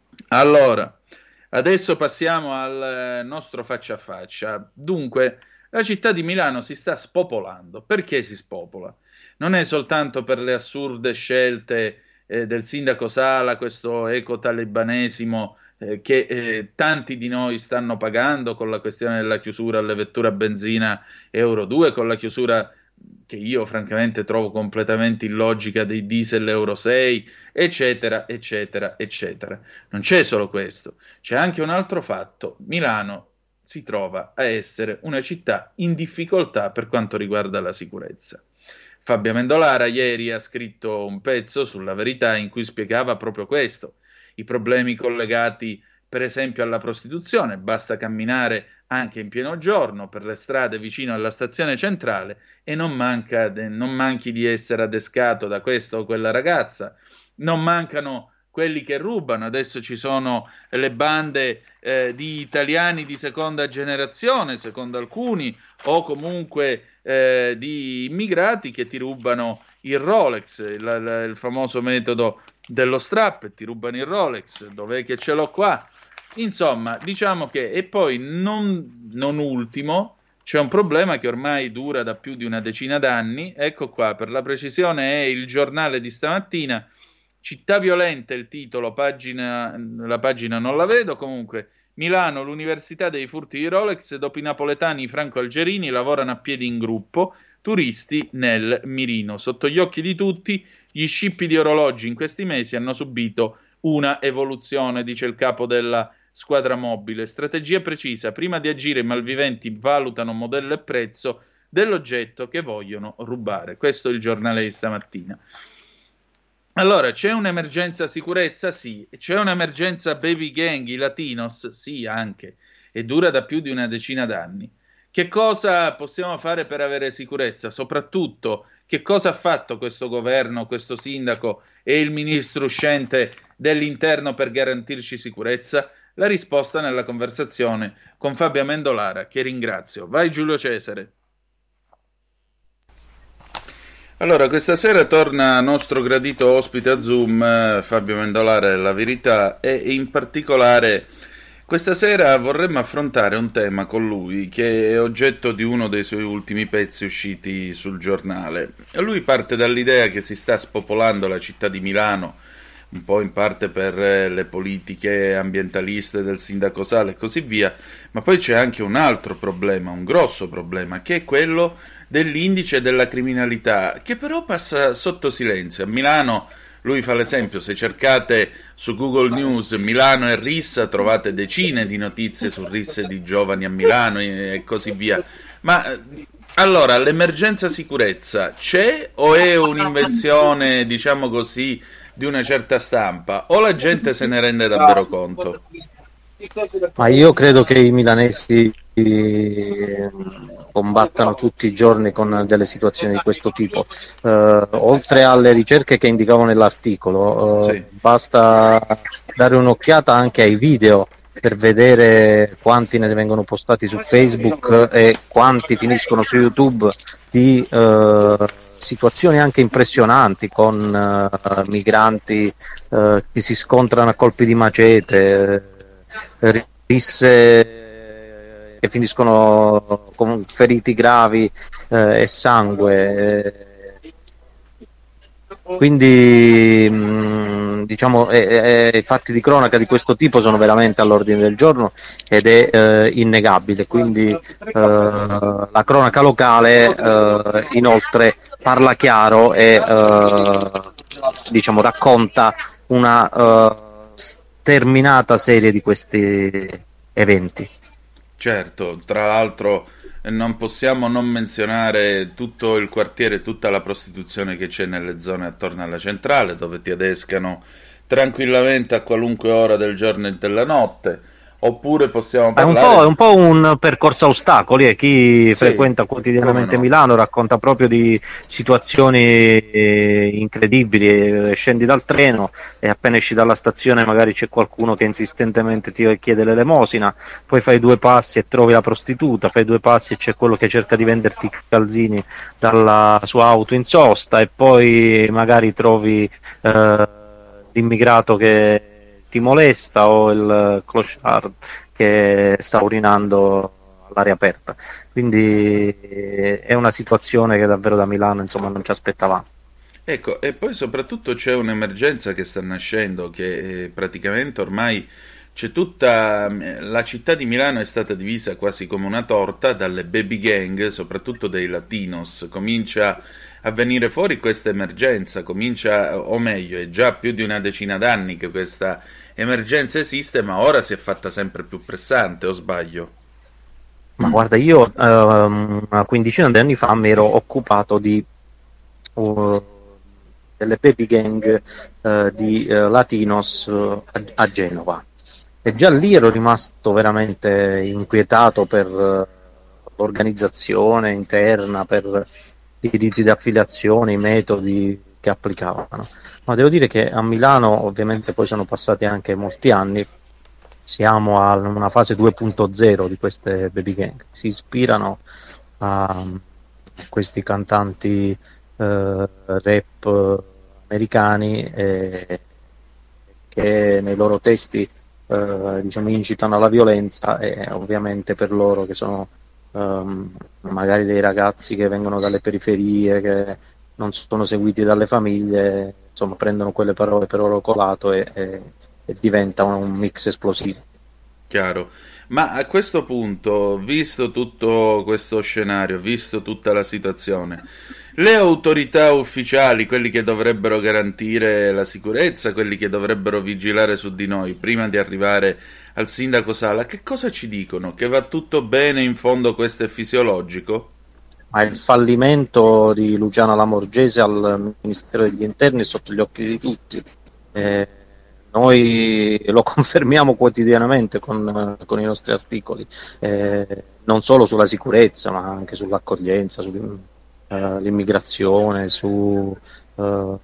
Allora, adesso passiamo al nostro faccia a faccia. Dunque, La città di Milano si sta spopolando. Perché si spopola? Non è soltanto per le assurde scelte eh, del sindaco Sala, questo eco-talibanesimo eh, che eh, tanti di noi stanno pagando con la questione della chiusura alle vetture a benzina Euro due, con la chiusura che io francamente trovo completamente illogica dei diesel Euro sei, eccetera, eccetera, eccetera. Non c'è solo questo, c'è anche un altro fatto. Milano si trova a essere una città in difficoltà per quanto riguarda la sicurezza. Fabio Amendolara ieri ha scritto un pezzo sulla Verità in cui spiegava proprio questo, i problemi collegati per esempio alla prostituzione. Basta camminare anche in pieno giorno per le strade vicino alla stazione centrale e non, manca de- non manchi di essere adescato da questa o quella ragazza, non mancano quelli che rubano. Adesso ci sono le bande eh, di italiani di seconda generazione, secondo alcuni, o comunque eh, di immigrati che ti rubano il Rolex, il, il, il famoso metodo dello strap, ti rubano il Rolex, dov'è che ce l'ho qua? Insomma, diciamo che, e poi non, non ultimo, c'è un problema che ormai dura da più di una decina d'anni, ecco qua, per la precisione è il giornale di stamattina, Città violenta il titolo, pagina, la pagina non la vedo, comunque, Milano, l'università dei furti di Rolex, dopo i napoletani i franco-algerini lavorano a piedi in gruppo, turisti nel mirino. Sotto gli occhi di tutti, gli scippi di orologi in questi mesi hanno subito una evoluzione, dice il capo della squadra mobile. Strategia precisa, prima di agire i malviventi valutano modello e prezzo dell'oggetto che vogliono rubare. Questo è il giornale di stamattina. Allora, c'è un'emergenza sicurezza? Sì. C'è un'emergenza baby gang, i latinos? Sì, anche. E dura da più di una decina d'anni. Che cosa possiamo fare per avere sicurezza? Soprattutto, che cosa ha fatto questo governo, questo sindaco e il ministro uscente dell'interno per garantirci sicurezza? La risposta nella conversazione con Fabio Amendolara, che ringrazio. Vai Giulio Cesare. Allora, questa sera torna nostro gradito ospite a Zoom, Fabio Amendolara della Verità, e in particolare questa sera vorremmo affrontare un tema con lui che è oggetto di uno dei suoi ultimi pezzi usciti sul giornale. Lui parte dall'idea che si sta spopolando la città di Milano, un po' in parte per le politiche ambientaliste del sindaco Sala e così via, ma poi c'è anche un altro problema, un grosso problema, che è quello dell'indice della criminalità, che però passa sotto silenzio. A Milano, lui fa l'esempio, se cercate su Google News Milano e rissa trovate decine di notizie su risse di giovani a Milano e così via. Ma allora, l'emergenza sicurezza c'è o è un'invenzione, diciamo così, di una certa stampa, o la gente se ne rende davvero conto? Ma io credo che i milanesi combattano tutti i giorni con delle situazioni di questo tipo. Uh, oltre alle ricerche che indicavo nell'articolo, uh, sì. Basta dare un'occhiata anche ai video per vedere quanti ne vengono postati su Facebook e quanti finiscono su YouTube di uh, situazioni anche impressionanti con uh, migranti uh, che si scontrano a colpi di macete, uh, risse che finiscono con feriti gravi eh, e sangue. Quindi mh, diciamo eh, eh, fatti di cronaca di questo tipo sono veramente all'ordine del giorno ed è eh, innegabile. Quindi eh, la cronaca locale eh, inoltre parla chiaro e eh, diciamo racconta una eh, sterminata serie di questi eventi. Certo, tra l'altro non possiamo non menzionare tutto il quartiere, tutta la prostituzione che c'è nelle zone attorno alla centrale, dove ti adescano tranquillamente a qualunque ora del giorno e della notte. Oppure possiamo parlare... È un po', è un po' un percorso a ostacoli, e chi sì, frequenta quotidianamente no. Milano racconta proprio di situazioni eh, incredibili. Scendi dal treno e appena esci dalla stazione magari c'è qualcuno che insistentemente ti chiede l'elemosina, poi fai due passi e trovi la prostituta, fai due passi e c'è quello che cerca di venderti i calzini dalla sua auto in sosta, e poi magari trovi eh, l'immigrato che ti molesta o il clochard che sta urinando all'aria aperta. Quindi è una situazione che davvero da Milano, insomma, non ci aspettavamo. Ecco, e poi soprattutto c'è un'emergenza che sta nascendo, che praticamente ormai c'è tutta la città di Milano è stata divisa quasi come una torta dalle baby gang, soprattutto dei latinos. Comincia a venire fuori questa emergenza, comincia, o meglio, è già più di una decina d'anni che questa emergenza esiste, ma ora si è fatta sempre più pressante, o sbaglio? Ma guarda, io eh, una quindicina di anni fa mi ero occupato di uh, delle baby gang uh, di uh, latinos uh, a, a Genova. E già lì ero rimasto veramente inquietato per uh, l'organizzazione interna, per i riti di affiliazione, i metodi che applicavano. Ma devo dire che a Milano, ovviamente poi sono passati anche molti anni, siamo a una fase due punto zero di queste baby gang. Si ispirano a questi cantanti uh, rap americani eh, che nei loro testi Uh, diciamo incitano alla violenza, e ovviamente per loro che sono um, magari dei ragazzi che vengono dalle periferie, che non sono seguiti dalle famiglie, insomma prendono quelle parole per oro colato e, e, e diventa un mix esplosivo. Chiaro, ma a questo punto, visto tutto questo scenario, visto tutta la situazione, le autorità ufficiali, quelli che dovrebbero garantire la sicurezza, quelli che dovrebbero vigilare su di noi, prima di arrivare al sindaco Sala, che cosa ci dicono? Che va tutto bene, in fondo questo è fisiologico? Ma il fallimento di Luciana Lamorgese al Ministero degli Interni è sotto gli occhi di tutti. Eh, noi lo confermiamo quotidianamente con, con i nostri articoli, eh, non solo sulla sicurezza, ma anche sull'accoglienza, su Uh, l'immigrazione, su uh,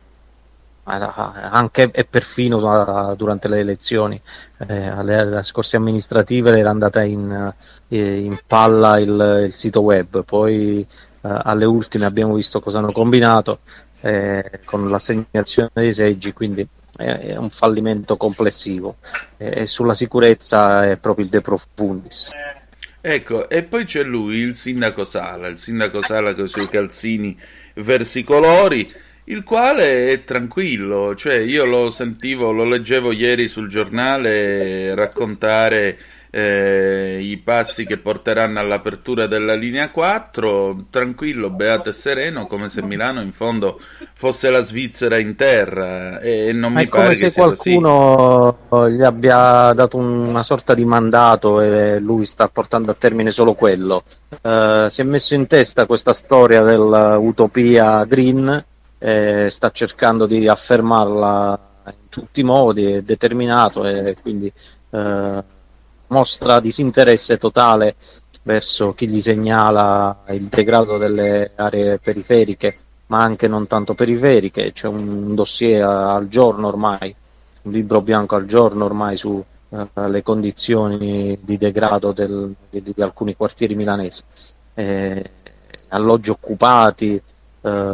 anche e perfino uh, durante le elezioni, eh, alle, alle scorse amministrative era andata in, eh, in palla il, il sito web, poi uh, alle ultime abbiamo visto cosa hanno combinato eh, con l'assegnazione dei seggi, quindi è, è un fallimento complessivo, e sulla sicurezza è proprio il de profundis. Ecco, e poi c'è lui, il sindaco Sala, il sindaco Sala con i suoi calzini versicolori, il quale è tranquillo, cioè io lo sentivo, lo leggevo ieri sul giornale raccontare eh, i passi che porteranno all'apertura della linea quattro, tranquillo, beato e sereno, come se Milano in fondo fosse la Svizzera in terra, e non mi pare che sia così. È come se qualcuno gli abbia dato una sorta di mandato e lui sta portando a termine solo quello. Uh, si è messo in testa questa storia dell'utopia green e sta cercando di affermarla in tutti i modi, è determinato, e quindi uh, mostra disinteresse totale verso chi gli segnala il degrado delle aree periferiche, ma anche non tanto periferiche. C'è un dossier al giorno ormai, un libro bianco al giorno ormai su uh, le condizioni di degrado del, di, di alcuni quartieri milanesi, eh, alloggi occupati, uh,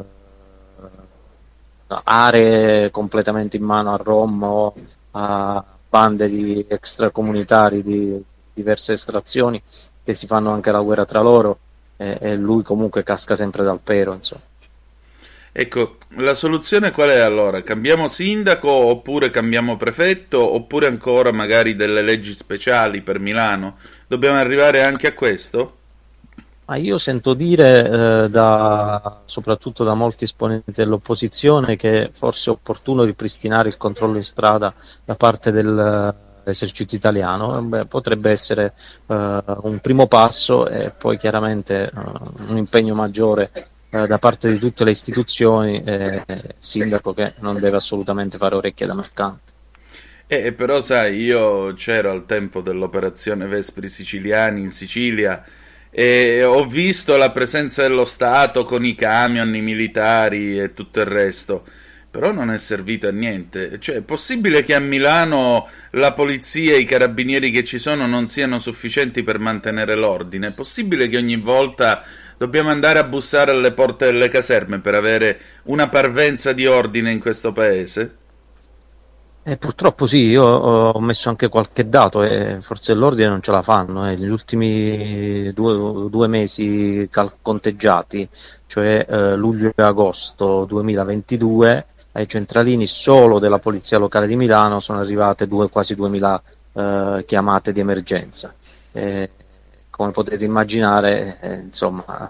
aree completamente in mano a Rom o a bande di extracomunitari di diverse estrazioni che si fanno anche la guerra tra loro, e, e lui comunque casca sempre dal pero, insomma. Ecco, la soluzione qual è allora? Cambiamo sindaco, oppure cambiamo prefetto, oppure ancora magari delle leggi speciali per Milano? Dobbiamo arrivare anche a questo? Ma io sento dire eh, da, soprattutto da molti esponenti dell'opposizione, che forse è opportuno ripristinare il controllo in strada da parte dell'esercito italiano. Beh, potrebbe essere eh, un primo passo, e poi chiaramente eh, un impegno maggiore eh, da parte di tutte le istituzioni, e il sindaco che non deve assolutamente fare orecchie da mercante. Eh, però sai, io c'ero al tempo dell'operazione Vespri Siciliani in Sicilia, e ho visto la presenza dello Stato con i camion, i militari e tutto il resto, però non è servito a niente. Cioè, è possibile che a Milano la polizia e i carabinieri che ci sono non siano sufficienti per mantenere l'ordine? È possibile che ogni volta dobbiamo andare a bussare alle porte delle caserme per avere una parvenza di ordine in questo paese? Eh, purtroppo sì, io ho messo anche qualche dato e forse l'ordine non ce la fanno. Eh. Gli ultimi due, due mesi cal- conteggiati, cioè eh, luglio e agosto duemilaventidue, ai centralini solo della Polizia Locale di Milano sono arrivate due, quasi duemila eh, chiamate di emergenza. Eh, come potete immaginare, eh, insomma,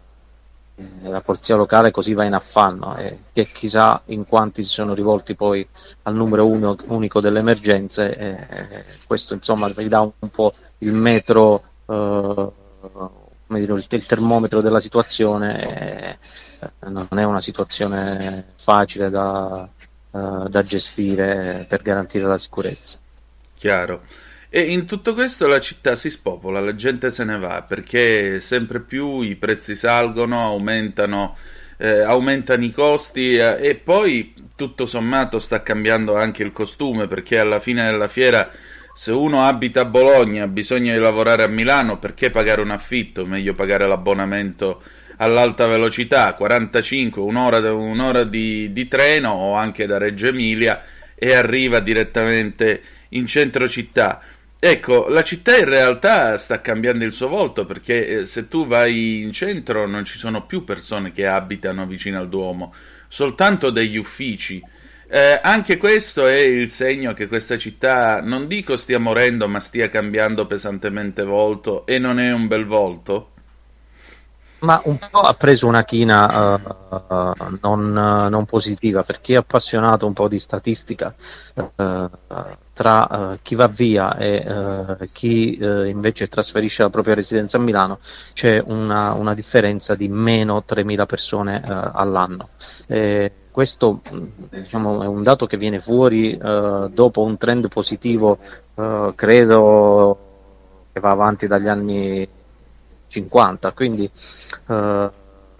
la polizia locale così va in affanno e che chissà in quanti si sono rivolti poi al numero uno, unico delle emergenze, e questo insomma vi dà un po' il metro, eh, come dire, il, il termometro della situazione. E non è una situazione facile da, eh, da gestire per garantire la sicurezza. Chiaro. E in tutto questo la città si spopola, la gente se ne va perché sempre più i prezzi salgono, aumentano, eh, aumentano i costi eh, e poi tutto sommato sta cambiando anche il costume, perché alla fine della fiera se uno abita a Bologna ha bisogno di lavorare a Milano, perché pagare un affitto? Meglio pagare l'abbonamento all'alta velocità, quarantacinque, un'ora, un'ora di, di treno o anche da Reggio Emilia e arriva direttamente in centro città. Ecco, la città in realtà sta cambiando il suo volto, perché eh, se tu vai in centro non ci sono più persone che abitano vicino al Duomo, soltanto degli uffici. Eh, anche questo è il segno che questa città, non dico stia morendo, ma stia cambiando pesantemente volto, e non è un bel volto. Ma un po' ha preso una china uh, non, non positiva, per chi è appassionato un po' di statistica, uh, tra uh, chi va via e uh, chi uh, invece trasferisce la propria residenza a Milano c'è una, una differenza di meno tremila persone uh, all'anno. E questo diciamo, è un dato che viene fuori uh, dopo un trend positivo, uh, credo che va avanti dagli anni cinquanta, quindi uh,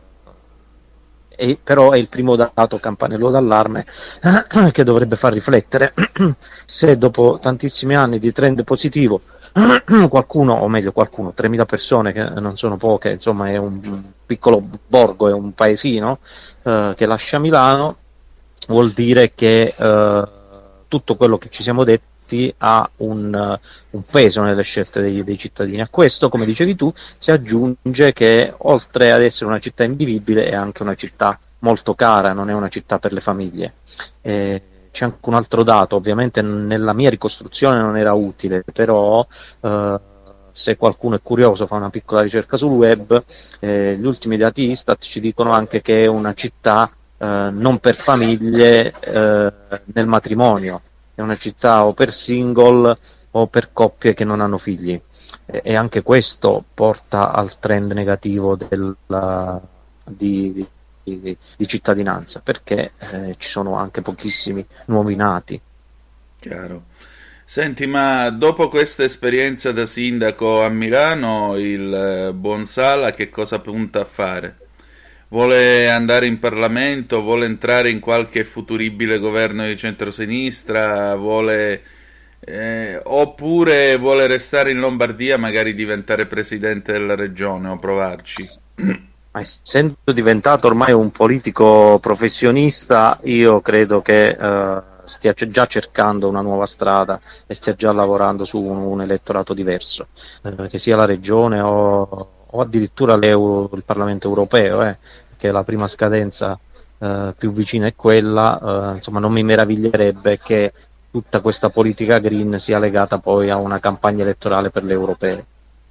è, però è il primo dato campanello d'allarme che dovrebbe far riflettere se dopo tantissimi anni di trend positivo qualcuno, o meglio qualcuno, tremila persone, che non sono poche, insomma è un piccolo borgo, è un paesino uh, che lascia Milano, vuol dire che uh, tutto quello che ci siamo detti ha un, uh, un peso nelle scelte dei, dei cittadini. A questo, come dicevi tu, si aggiunge che oltre ad essere una città invivibile è anche una città molto cara, non è una città per le famiglie. Eh, c'è anche un altro dato, ovviamente nella mia ricostruzione non era utile, però uh, se qualcuno è curioso fa una piccola ricerca sul web, eh, gli ultimi dati Istat ci dicono anche che è una città uh, non per famiglie uh, nel matrimonio, è una città o per single o per coppie che non hanno figli, e, e anche questo porta al trend negativo del, uh, di, di, di cittadinanza, perché eh, ci sono anche pochissimi nuovi nati. Chiaro. Senti, ma dopo questa esperienza da sindaco a Milano, il eh, buon Sala che cosa punta a fare? Vuole andare in Parlamento? Vuole entrare in qualche futuribile governo di centrosinistra? Vuole, eh, oppure vuole restare in Lombardia, magari diventare presidente della regione o provarci? Ma essendo diventato ormai un politico professionista, io credo che eh, stia già cercando una nuova strada e stia già lavorando su un, un elettorato diverso, eh, che sia la regione o o addirittura il Parlamento europeo, eh, che la prima scadenza eh, più vicina è quella, eh, insomma non mi meraviglierebbe che tutta questa politica green sia legata poi a una campagna elettorale per le europee.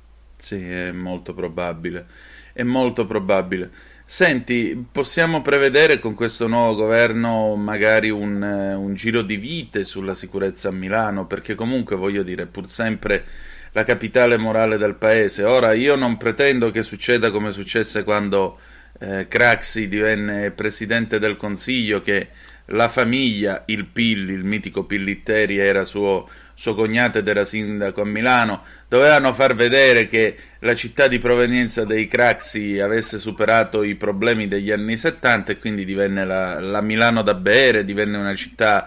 Sì, è molto probabile, è molto probabile. Senti, possiamo prevedere con questo nuovo governo magari un, un giro di vite sulla sicurezza a Milano, perché comunque voglio dire, pur sempre la capitale morale del paese. Ora, io non pretendo che succeda come successe quando eh, Craxi divenne presidente del Consiglio, che la famiglia, il Pilli, il mitico Pillitteri, era suo, suo cognato ed era sindaco a Milano. Dovevano far vedere che la città di provenienza dei Craxi avesse superato i problemi degli anni settanta e quindi divenne la, la Milano da bere, divenne una città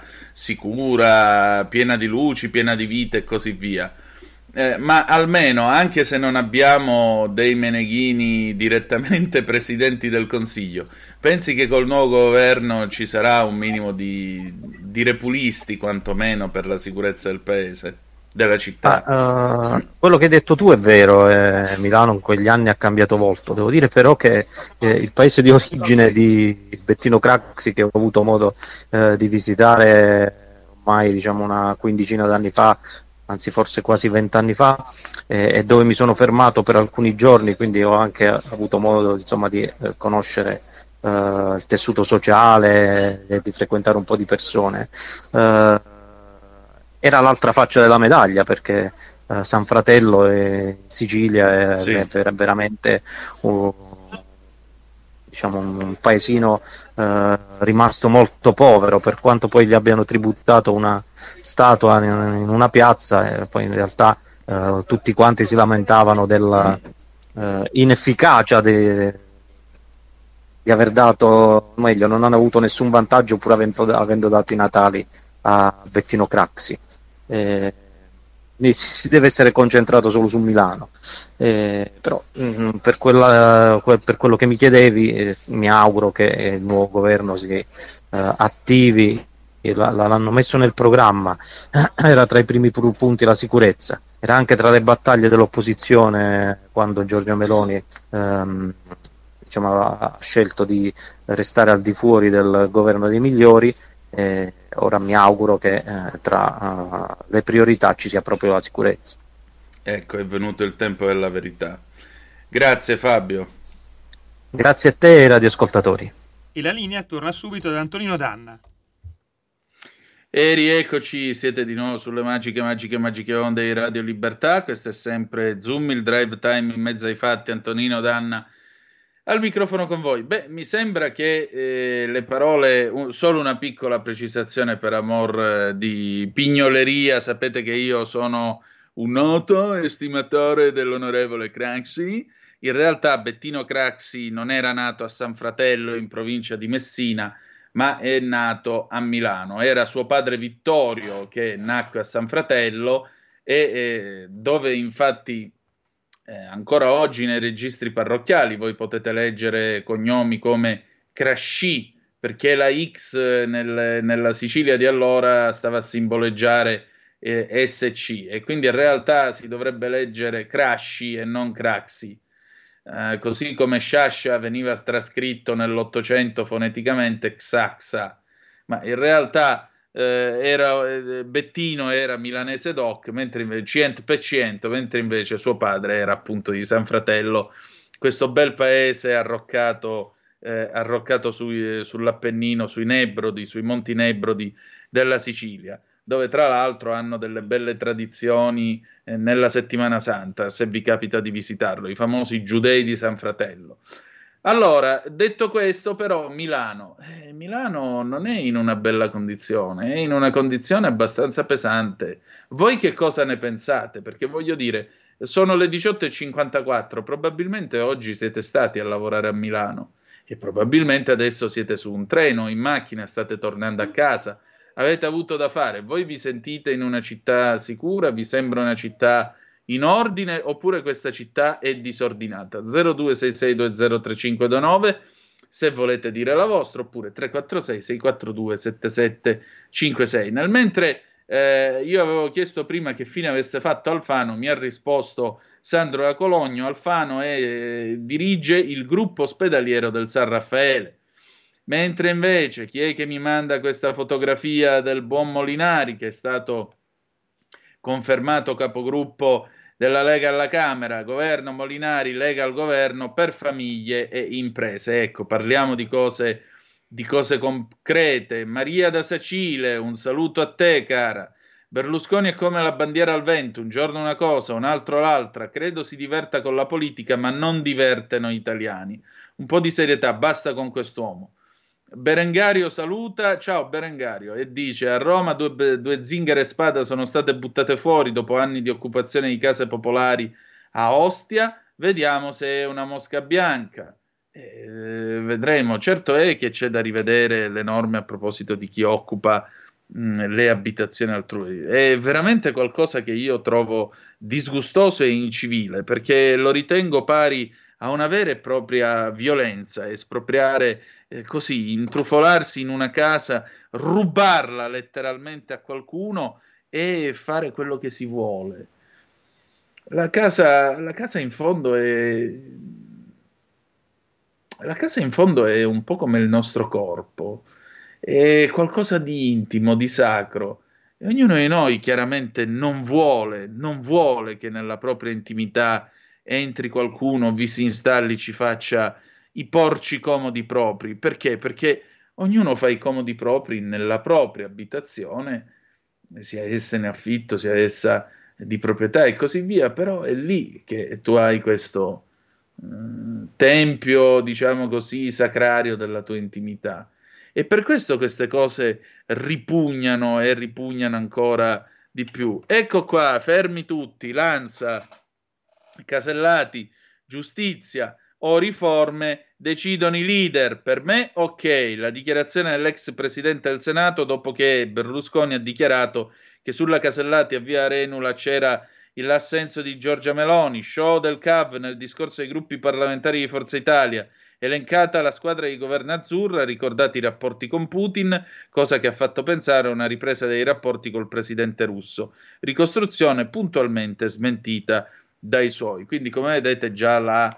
sicura, piena di luci, piena di vita e così via. Eh, ma almeno, anche se non abbiamo dei Meneghini direttamente presidenti del Consiglio, pensi che col nuovo governo ci sarà un minimo di, di repulisti, quantomeno per la sicurezza del paese, della città. Ah, uh, quello che hai detto tu è vero, eh, Milano in quegli anni ha cambiato molto. Devo dire però che eh, il paese di origine di Bettino Craxi, che ho avuto modo eh, di visitare ormai diciamo una quindicina d'anni fa, anzi forse quasi vent'anni fa, eh, e dove mi sono fermato per alcuni giorni, quindi ho anche avuto modo insomma di eh, conoscere eh, il tessuto sociale e di frequentare un po' di persone. Eh, era l'altra faccia della medaglia, perché eh, San Fratello e Sicilia è, sì. è ver- veramente un, diciamo, un paesino eh, rimasto molto povero, per quanto poi gli abbiano tributato una statua in, in una piazza, e poi in realtà eh, tutti quanti si lamentavano della eh, inefficacia de, di aver dato, meglio, non hanno avuto nessun vantaggio pur avendo, avendo dato i natali a Bettino Craxi. Eh, si deve essere concentrato solo su Milano, eh, però mh, per, quella, que, per quello che mi chiedevi, eh, mi auguro che il nuovo governo si eh, attivi, eh, la, l'hanno messo nel programma, era tra i primi punti la sicurezza, era anche tra le battaglie dell'opposizione quando Giorgia Meloni ehm, diciamo, ha scelto di restare al di fuori del governo dei migliori. Eh, ora mi auguro che eh, tra uh, le priorità ci sia proprio la sicurezza. Ecco, è venuto il tempo della verità. Grazie Fabio. Grazie a te e ai radioascoltatori. E la linea torna subito ad Antonino Danna. E rieccoci, siete di nuovo sulle magiche, magiche, magiche onde di Radio Libertà. Questo è sempre Zoom, il drive time in mezzo ai fatti. Antonino Danna al microfono con voi. Beh, mi sembra che eh, le parole, un, solo una piccola precisazione per amor eh, di pignoleria, sapete che io sono un noto estimatore dell'onorevole Craxi. In realtà Bettino Craxi non era nato a San Fratello in provincia di Messina, ma è nato a Milano. Era suo padre Vittorio che nacque a San Fratello e eh, dove infatti Eh, ancora oggi nei registri parrocchiali voi potete leggere cognomi come Crasci, perché la X nel, nella Sicilia di allora stava a simboleggiare eh, S C, e quindi in realtà si dovrebbe leggere Crasci e non Craxi, eh, così come Sciascia veniva trascritto nell'Ottocento foneticamente Xaxa, ma in realtà Eh, era, eh, Bettino era milanese doc, mentre invece cento per cento, mentre invece suo padre era appunto di San Fratello, questo bel paese arroccato, eh, arroccato sui, sull'Appennino, sui Nebrodi, sui Monti Nebrodi della Sicilia, dove tra l'altro hanno delle belle tradizioni eh, nella Settimana Santa, se vi capita di visitarlo, i famosi Giudei di San Fratello. Allora, detto questo, però, Milano, eh, Milano non è in una bella condizione, è in una condizione abbastanza pesante. Voi che cosa ne pensate? Perché voglio dire, sono le diciotto e cinquantaquattro, probabilmente oggi siete stati a lavorare a Milano e probabilmente adesso siete su un treno, in macchina, state tornando a casa, avete avuto da fare. Voi vi sentite in una città sicura? Vi sembra una città in ordine, oppure questa città è disordinata? zero due sei sei due zero tre cinque due nove se volete dire la vostra, oppure tre quattro sei sei quattro due sette sette cinque sei. Nel mentre eh, io avevo chiesto prima che fine avesse fatto Alfano, mi ha risposto Sandro da Cologno. Alfano è, eh, dirige il gruppo ospedaliero del San Raffaele, mentre invece chi è che mi manda questa fotografia del buon Molinari, che è stato confermato capogruppo della Lega alla Camera, governo Molinari, Lega al governo per famiglie e imprese. Ecco, parliamo di cose, di cose concrete. Maria da Sacile, un saluto a te, cara. Berlusconi è come la bandiera al vento, un giorno una cosa, un altro l'altra. Credo si diverta con la politica, ma non diverte noi italiani. Un po' di serietà, basta con quest'uomo. Berengario saluta, ciao Berengario, e dice: a Roma due, due zingare e spada sono state buttate fuori dopo anni di occupazione di case popolari a Ostia, vediamo se è una mosca bianca. Eh, vedremo. Certo è che c'è da rivedere le norme a proposito di chi occupa mh, le abitazioni altrui. È veramente qualcosa che io trovo disgustoso e incivile, perché lo ritengo pari a una vera e propria violenza, espropriare eh, così, intrufolarsi in una casa, rubarla letteralmente a qualcuno e fare quello che si vuole. La casa, la casa in fondo è... La casa in fondo è un po' come il nostro corpo, è qualcosa di intimo, di sacro. E ognuno di noi chiaramente non vuole, non vuole che nella propria intimità entri qualcuno, vi si installi, ci faccia i porci comodi propri. Perché? Perché ognuno fa i comodi propri nella propria abitazione, sia essa in affitto, sia essa di proprietà e così via, però è lì che tu hai questo eh, tempio, diciamo così, sacrario della tua intimità. E per questo queste cose ripugnano e ripugnano ancora di più. Ecco qua, fermi tutti, Lanza, Casellati, giustizia o riforme, decidono i leader. Per me, ok, la dichiarazione dell'ex presidente del Senato dopo che Berlusconi ha dichiarato che sulla Casellati a via Arenula c'era l'assenso di Giorgia Meloni, show del C A V nel discorso ai gruppi parlamentari di Forza Italia, elencata la squadra di governo azzurra, ricordati i rapporti con Putin, cosa che ha fatto pensare a una ripresa dei rapporti col presidente russo. Ricostruzione puntualmente smentita dai suoi. Quindi, come vedete, già la,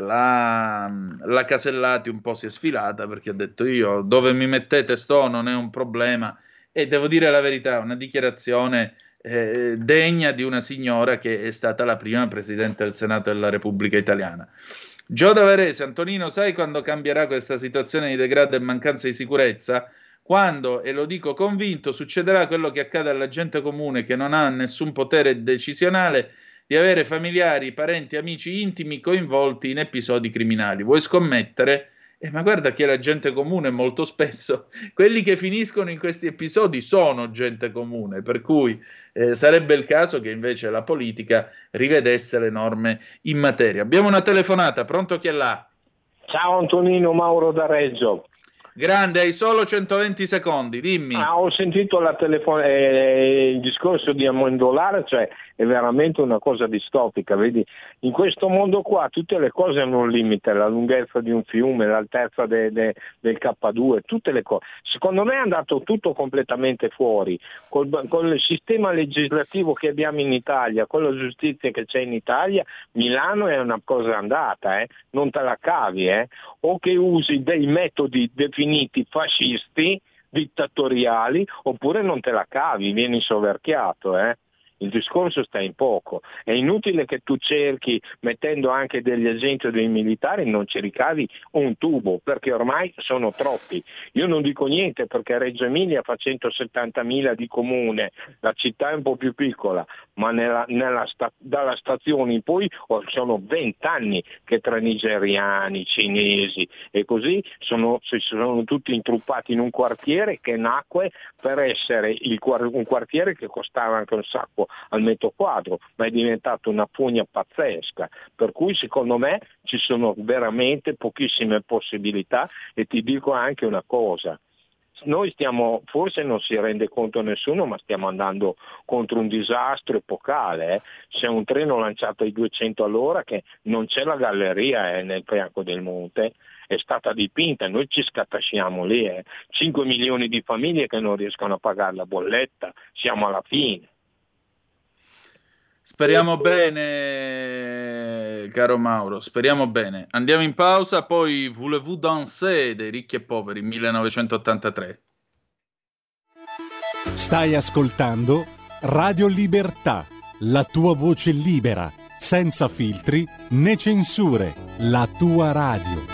la, la Casellati un po' si è sfilata, perché ha detto: io dove mi mettete sto, non è un problema. E devo dire la verità, una dichiarazione eh, degna di una signora che è stata la prima presidente del Senato della Repubblica Italiana. Gio da Varese, Antonino, sai quando cambierà questa situazione di degrado e mancanza di sicurezza? Quando, e lo dico convinto, succederà quello che accade alla gente comune che non ha nessun potere decisionale di avere familiari, parenti, amici intimi coinvolti in episodi criminali. Vuoi scommettere? Eh, ma guarda che la gente comune molto spesso, quelli che finiscono in questi episodi sono gente comune, per cui eh, sarebbe il caso che invece la politica rivedesse le norme in materia. Abbiamo una telefonata, pronto, chi è là? Ciao Antonino, Mauro da Reggio. Grande, hai solo centoventi secondi, dimmi. Ah, ho sentito la telefon- eh, il discorso di Amondolare, cioè è veramente una cosa distopica, vedi? In questo mondo qua tutte le cose hanno un limite, la lunghezza di un fiume, l'altezza de- de- del K due, tutte le cose. Secondo me è andato tutto completamente fuori, col, col sistema legislativo che abbiamo in Italia, con la giustizia che c'è in Italia, Milano è una cosa andata, eh? Non te la cavi, eh? O che usi dei metodi definiti fascisti, dittatoriali, oppure non te la cavi, vieni soverchiato, eh? Il discorso sta in poco. È inutile che tu cerchi, mettendo anche degli agenti o dei militari, non ci ricavi un tubo, perché ormai sono troppi. Io non dico niente perché Reggio Emilia fa centosettantamila di comune, la città è un po' più piccola, ma nella, nella sta, dalla stazione in poi sono vent'anni che tra nigeriani, cinesi e così sono, sono tutti intruppati in un quartiere che nacque per essere il, un quartiere che costava anche un sacco al metro quadro, ma è diventato una pugna pazzesca, per cui secondo me ci sono veramente pochissime possibilità. E ti dico anche una cosa, noi stiamo, forse non si rende conto nessuno, ma stiamo andando contro un disastro epocale, eh. C'è un treno lanciato ai duecento all'ora che non c'è la galleria eh, nel fianco del monte, è stata dipinta, noi ci scatasciamo lì, eh. cinque milioni di famiglie che non riescono a pagare la bolletta, siamo alla fine. Speriamo bene, caro Mauro, speriamo bene. Andiamo in pausa, poi Voulez-vous danser dei Ricchi e Poveri, millenovecentottantatré. Stai ascoltando Radio Libertà, la tua voce libera, senza filtri né censure, la tua radio.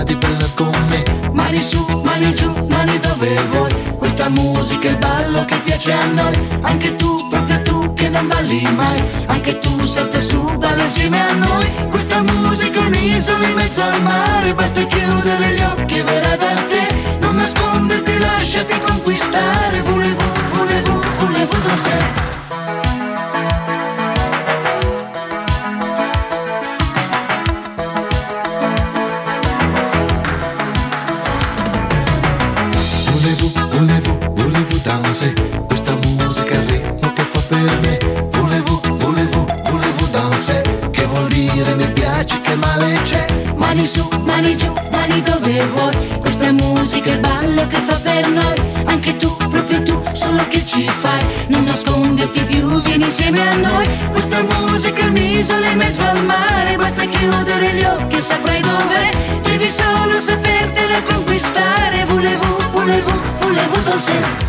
va di ballare con me. Mani su, mani giù, mani dove vuoi. Questa musica è il ballo che piace a noi. Anche tu, proprio tu che non balli mai. Anche tu salta su, balla insieme a noi. Questa musica è un'isola in mezzo al mare. Basta chiudere gli occhi e verrà da te. Non nasconderti, lasciati conquistare. Volevo, volevo, volevo danzare. Volevo, volevo danse, questa musica al ritmo che fa per me. Volevo, volevo, volevo danse, che vuol dire mi piace, che male c'è. Mani su, mani giù, mani dove vuoi. Questa musica è il ballo che fa per noi. Anche tu, proprio tu, solo che ci fai. Non nasconderti più, vieni insieme a noi. Questa musica è un'isola in mezzo al mare. Basta chiudere gli occhi e saprai dov'è. Devi solo sapertela conquistare. Volevo, volevo, volevo danzare.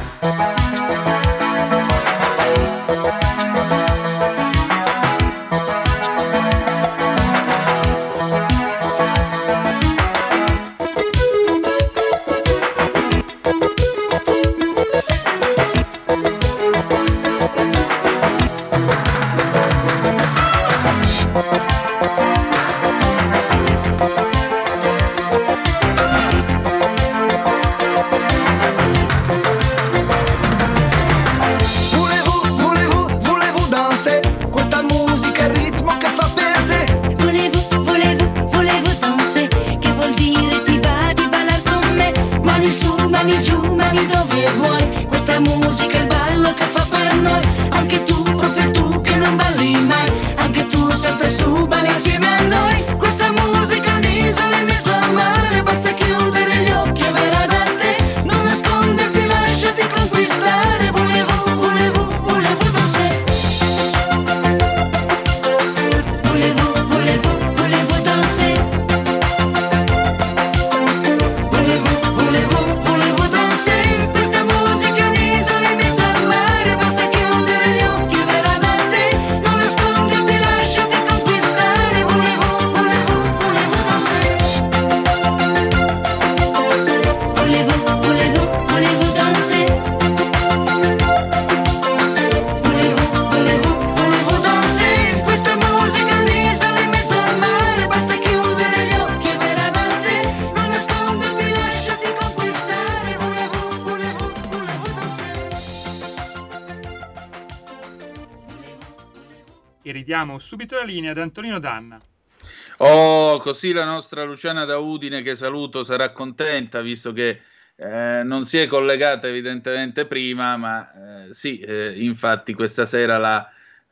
Ridiamo subito la linea ad Antonino Danna. Oh, così la nostra Luciana da Udine, che saluto, sarà contenta, visto che eh, non si è collegata evidentemente prima, ma eh, sì, eh, infatti questa sera la,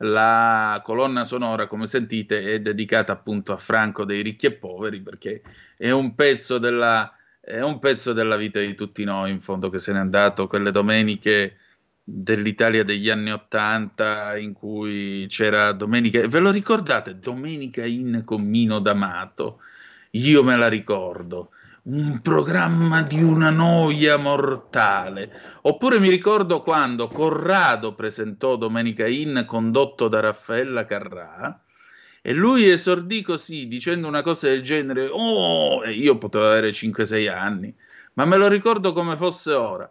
la colonna sonora, come sentite, è dedicata appunto a Franco dei Ricchi e Poveri, perché è un pezzo della, è un pezzo della vita di tutti noi, in fondo, che se n'è andato quelle domeniche dell'Italia degli anni Ottanta, in cui c'era domenica, ve lo ricordate? Domenica in con Mino D'Amato, io me la ricordo, un programma di una noia mortale. Oppure mi ricordo quando Corrado presentò Domenica in, condotto da Raffaella Carrà, e lui esordì così, dicendo una cosa del genere, oh, e io potevo avere cinque sei anni, ma me lo ricordo come fosse ora.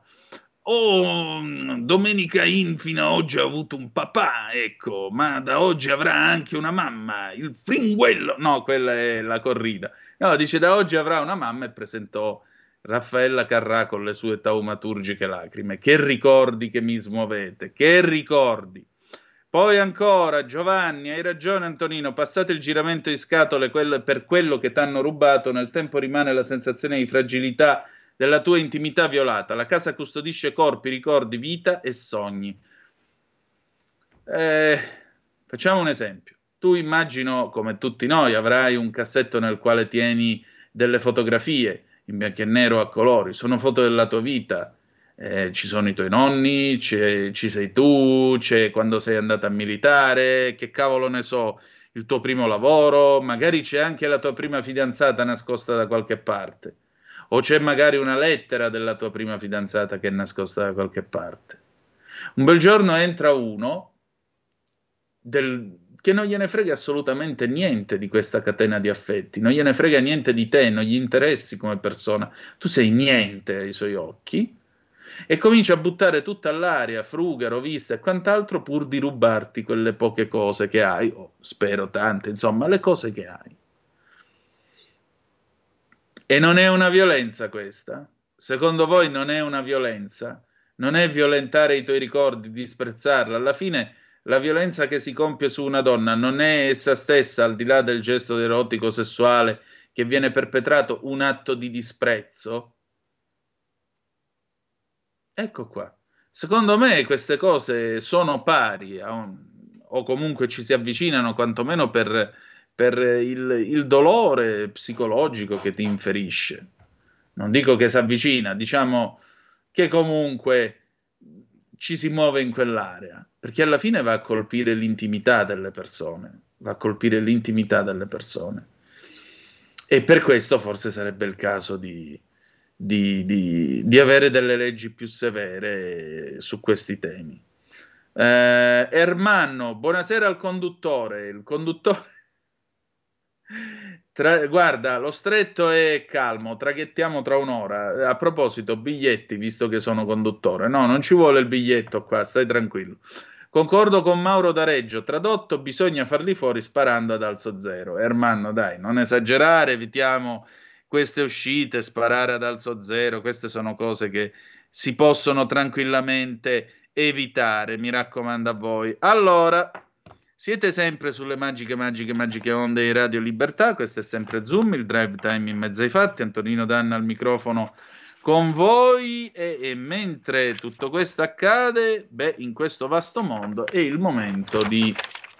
Oh, Domenica in fino a oggi ha avuto un papà, ecco, ma da oggi avrà anche una mamma, il fringuello, no, quella è la corrida, no, dice da oggi avrà una mamma, e presentò Raffaella Carrà con le sue taumaturgiche lacrime. Che ricordi che mi smuovete, che ricordi. Poi ancora, Giovanni, hai ragione Antonino, passate il giramento di scatole quello, per quello che t'hanno rubato, nel tempo rimane la sensazione di fragilità della tua intimità violata. La casa custodisce corpi, ricordi, vita e sogni. Eh, facciamo un esempio. Tu, immagino, come tutti noi, avrai un cassetto nel quale tieni delle fotografie in bianco e nero, a colori. Sono foto della tua vita. Eh, ci sono i tuoi nonni, c'è, ci sei tu, c'è quando sei andata a militare, che cavolo ne so, il tuo primo lavoro, magari c'è anche la tua prima fidanzata nascosta da qualche parte. O c'è magari una lettera della tua prima fidanzata che è nascosta da qualche parte. Un bel giorno entra uno del, che non gliene frega assolutamente niente di questa catena di affetti, non gliene frega niente di te, non gli interessi come persona, tu sei niente ai suoi occhi, e comincia a buttare tutta all'aria, fruga, rovista e quant'altro pur di rubarti quelle poche cose che hai, o spero tante, insomma, le cose che hai. E non è una violenza questa? Secondo voi non è una violenza? Non è violentare i tuoi ricordi, disprezzarla? Alla fine la violenza che si compie su una donna non è essa stessa, al di là del gesto erotico sessuale che viene perpetrato, un atto di disprezzo? Ecco qua. Secondo me queste cose sono pari, a un, o comunque ci si avvicinano quantomeno per, per il, il dolore psicologico che ti inferisce. Non dico che si avvicina, diciamo che comunque ci si muove in quell'area, perché alla fine va a colpire l'intimità delle persone, va a colpire l'intimità delle persone. E per questo forse sarebbe il caso di... Di, di, di avere delle leggi più severe su questi temi. Eh, Ermanno, buonasera al conduttore. Il conduttore, tra, guarda, lo stretto è calmo, traghettiamo tra un'ora. A proposito, biglietti, visto che sono conduttore. No, non ci vuole il biglietto qua, stai tranquillo. Concordo con Mauro da Reggio, tradotto, bisogna farli fuori sparando ad alzo zero. Ermanno, dai, non esagerare, evitiamo queste uscite, sparare ad alzo zero, queste sono cose che si possono tranquillamente evitare, mi raccomando a voi. Allora, siete sempre sulle magiche, magiche, magiche onde di Radio Libertà, questo è sempre Zoom, il drive time in mezzo ai fatti, Antonino Danna al microfono con voi, e, e mentre tutto questo accade, beh, in questo vasto mondo è il momento di...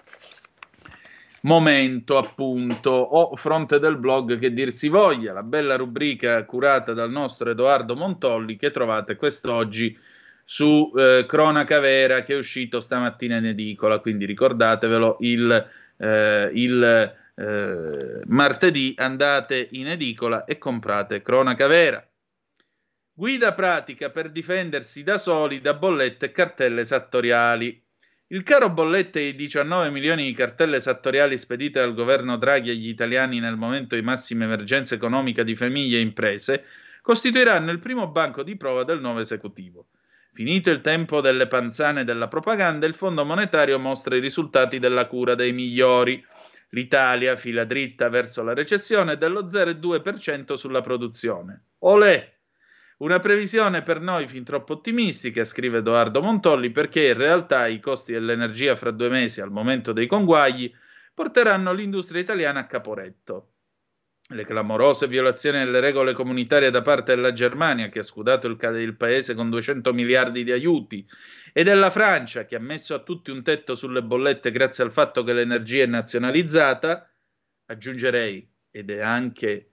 momento appunto o fronte del blog che dir si voglia, la bella rubrica curata dal nostro Edoardo Montolli che trovate quest'oggi su eh, Cronaca Vera, che è uscito stamattina in edicola, quindi ricordatevelo, il, eh, il eh, martedì andate in edicola e comprate Cronaca Vera. Guida pratica per difendersi da soli da bollette e cartelle esattoriali. Il caro bollette e i diciannove milioni di cartelle esattoriali spedite dal governo Draghi agli italiani nel momento di massima emergenza economica di famiglie e imprese costituiranno il primo banco di prova del nuovo esecutivo. Finito il tempo delle panzane della propaganda, il Fondo Monetario mostra i risultati della cura dei migliori. L'Italia fila dritta verso la recessione dello zero virgola due per cento sulla produzione. Olè! Una previsione per noi fin troppo ottimistica, scrive Edoardo Montolli, perché in realtà i costi dell'energia fra due mesi, al momento dei conguagli, porteranno l'industria italiana a Caporetto. Le clamorose violazioni delle regole comunitarie da parte della Germania, che ha scudato il, il paese con duecento miliardi di aiuti, e della Francia, che ha messo a tutti un tetto sulle bollette grazie al fatto che l'energia è nazionalizzata, aggiungerei, ed è anche